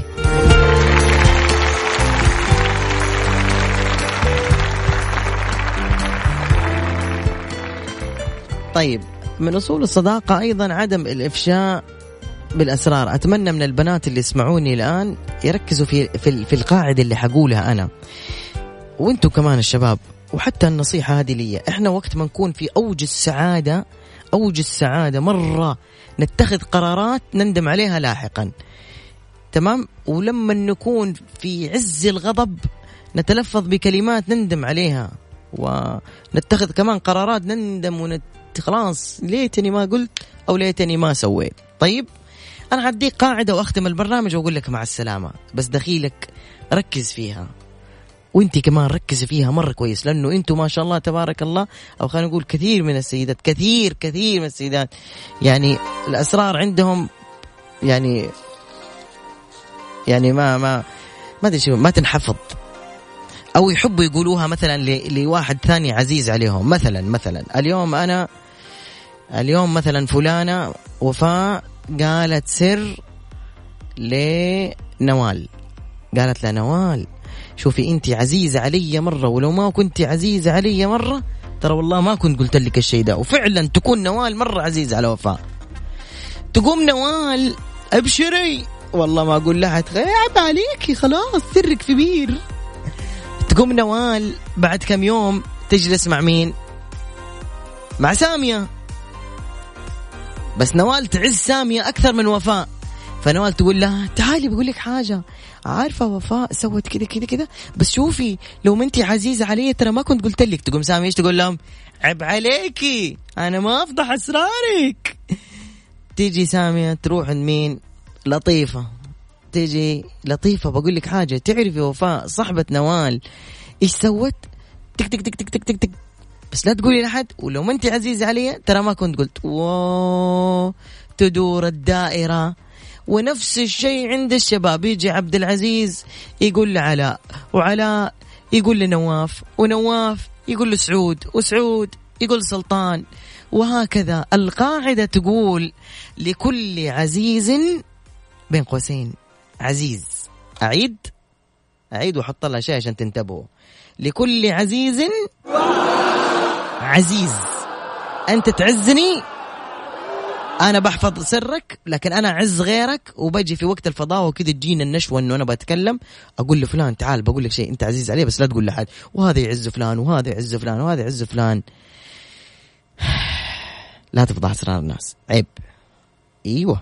طيب من أصول الصداقة أيضا عدم الإفشاء بالأسرار. أتمنى من البنات اللي يسمعوني الآن يركزوا في القاعدة اللي حقولها أنا، وانتوا كمان الشباب، وحتى النصيحة هذه لي. احنا وقت ما نكون في أوج السعادة مرة نتخذ قرارات نندم عليها لاحقا، تمام؟ ولما نكون في عز الغضب نتلفظ بكلمات نندم عليها، ونتخذ كمان قرارات نندم خلاص ليتني ما قلت أو ليتني ما سويت. طيب أنا هديك قاعدة وأختم البرنامج وأقول لك مع السلامة، بس دخيلك ركز فيها، وانتي كمان ركز فيها مرة كويس، لأنه انتوا ما شاء الله تبارك الله، أو خلينا نقول كثير من السيدات، كثير من السيدات يعني الأسرار عندهم يعني ما أدري شو، ما تنحفظ، أو يحبوا يقولوها مثلا لواحد ثاني عزيز عليهم. مثلا اليوم مثلا فلانة وفاء قالت سر لنوال، قالت لها نوال شوفي انت عزيزة علي مرة، ولو ما كنت عزيزة علي مرة ترى والله ما كنت قلت لك الشيء ده. وفعلا تكون نوال مرة عزيزة على وفاء. تقوم نوال ابشري والله ما اقول لها عيب عليكي خلاص سرك في بير. تقوم نوال بعد كم يوم تجلس مع مين؟ مع سامية. بس نوال تعز سامية أكثر من وفاء. فنوال تقول لها تعالي بقول لك حاجة، عارفة وفاء سوت كده كده كده، بس شوفي لو ما انتي عزيزة علي ترى ما كنت قلت لك. تقوم سامية ايش تقول لهم؟ عيب عليكي أنا ما أفضح أسرارك. تيجي سامية تروح عند مين؟ لطيفة. تيجي لطيفة بقول لك حاجة، تعرفي وفاء صاحبة نوال ايش سوت؟ تك تك تك تك تك تك تك، بس لا تقولي لحد، ولو ما انت عزيزة علي ترى ما كنت قلت. تدور الدائرة. ونفس الشيء عند الشباب، يجي عبد العزيز يقول لعلاء، وعلاء يقول لنواف، ونواف يقول لسعود، وسعود يقول سلطان، وهكذا. القاعدة تقول لكل عزيز بين قوسين عزيز. أعيد وحط لها شيء عشان تنتبهوا. لكل عزيز عزيز. أنت تعزني أنا بحفظ سرك، لكن أنا أعز غيرك، وبجي في وقت الفضاء وكده تجينا النشوة إنه أنا بتكلم أقول لفلان تعال بقول لك شيء أنت عزيز عليه بس لا تقول لحد، وهذا يعز فلان وهذا يعز فلان وهذا يعز فلان. لا تفضح أسرار الناس، عيب. أيوة.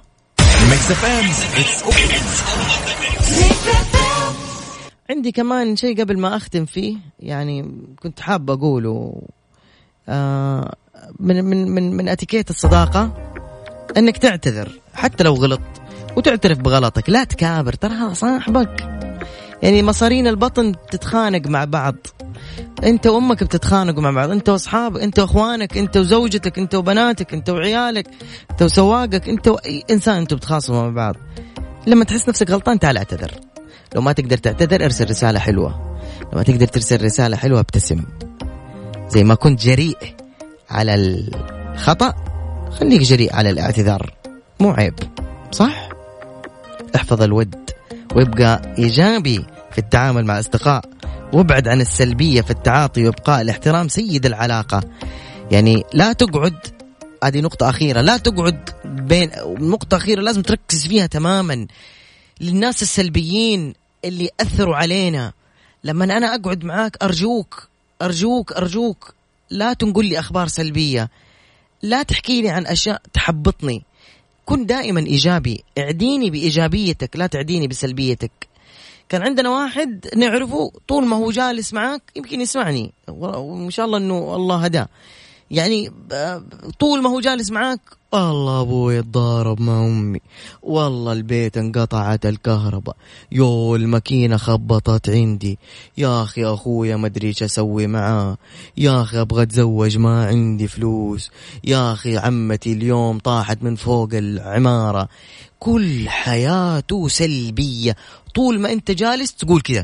عندي كمان شيء قبل ما أختم فيه، يعني كنت حاب أقوله. من أتيكيت الصداقة أنك تعتذر حتى لو غلط، وتعترف بغلطك. لا تكابر، ترى هذا صاحبك. يعني مصارين البطن بتتخانق مع بعض، أنت وأمك بتتخانقوا مع بعض، أنت وأصحاب، أنت وأخوانك، أنت وزوجتك، أنت وبناتك، أنت وعيالك، أنت وسواقك، أنت وأي إنسان، أنتوا بتخاصموا مع بعض. لما تحس نفسك غلطان تعال اعتذر. لو ما تقدر تعتذر ارسل رسالة حلوة. لما تقدر ترسل رسالة حلوة ابتسم. زي ما كنت جريء على الخطأ خليك جريء على الاعتذار، مو عيب، صح؟ احفظ الود ويبقى إيجابي في التعامل مع الأصدقاء، وابعد عن السلبية في التعاطي، وابقاء الاحترام سيد العلاقة. يعني لا تقعد، هذه نقطة أخيرة، لا تقعد بين نقطة أخيرة لازم تركز فيها تماما. للناس السلبيين اللي أثروا علينا، لما أنا أقعد معاك أرجوك أرجوك أرجوك لا تنقل لي أخبار سلبية، لا تحكي لي عن أشياء تحبطني. كن دائما إيجابي، اعديني بإيجابيتك لا تعديني بسلبيتك. كان عندنا واحد نعرفه طول ما هو جالس معك يمكن يسمعني، وإن شاء الله أنه الله هداه، يعني طول ما هو جالس معك الله أبوي اتضارب مع أمي، والله البيت انقطعت الكهرباء، يو الماكينة خبطت عندي، يا أخي أخويا ما أدري إيش أسوي معاه، يا أخي أبغى أتزوج ما عندي فلوس، يا أخي عمتي اليوم طاحت من فوق العمارة. كل حياته سلبية. طول ما أنت جالس تقول كذا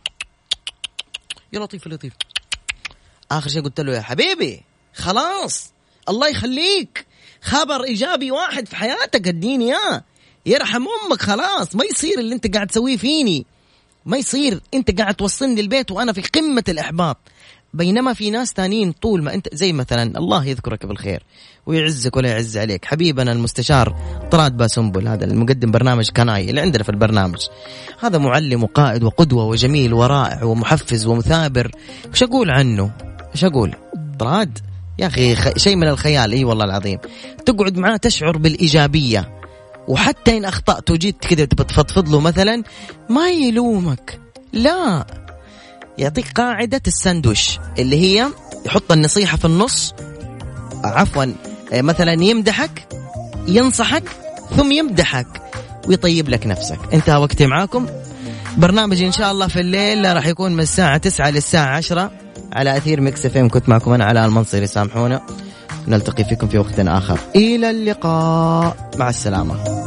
يا لطيف لطيف. آخر شيء قلت له يا حبيبي خلاص الله يخليك، خبر إيجابي واحد في حياتك اديني إياه، يرحم أمك. خلاص ما يصير اللي أنت قاعد تسويه فيني، ما يصير أنت قاعد توصلني البيت وأنا في قمة الإحباط. بينما في ناس تانين طول ما أنت زي مثلا الله يذكرك بالخير ويعزك ولا يعز عليك، حبيبنا المستشار طراد باسنبل، هذا المقدم برنامج كناي اللي عندنا في البرنامج، هذا معلم وقائد وقدوة وجميل ورائع ومحفز ومثابر. وش أقول عنه؟ وش أقول؟ طراد يا أخي شيء من الخيال. إيه والله العظيم تقعد معاه تشعر بالإيجابية، وحتى إن أخطأت وجيت كده تفضفض له مثلا ما يلومك، لا، يعطيك قاعدة الساندويش اللي هي يحط النصيحة في النص، عفوا مثلا يمدحك ينصحك ثم يمدحك ويطيب لك نفسك. انتهى وقتي معاكم. برنامج إن شاء الله في الليل راح يكون من الساعة 9 للساعة 10 على أثير ميكس اف ام. كنت معكم أنا علاء المنصري، سامحونا، نلتقي فيكم في وقت آخر. إلى اللقاء، مع السلامة.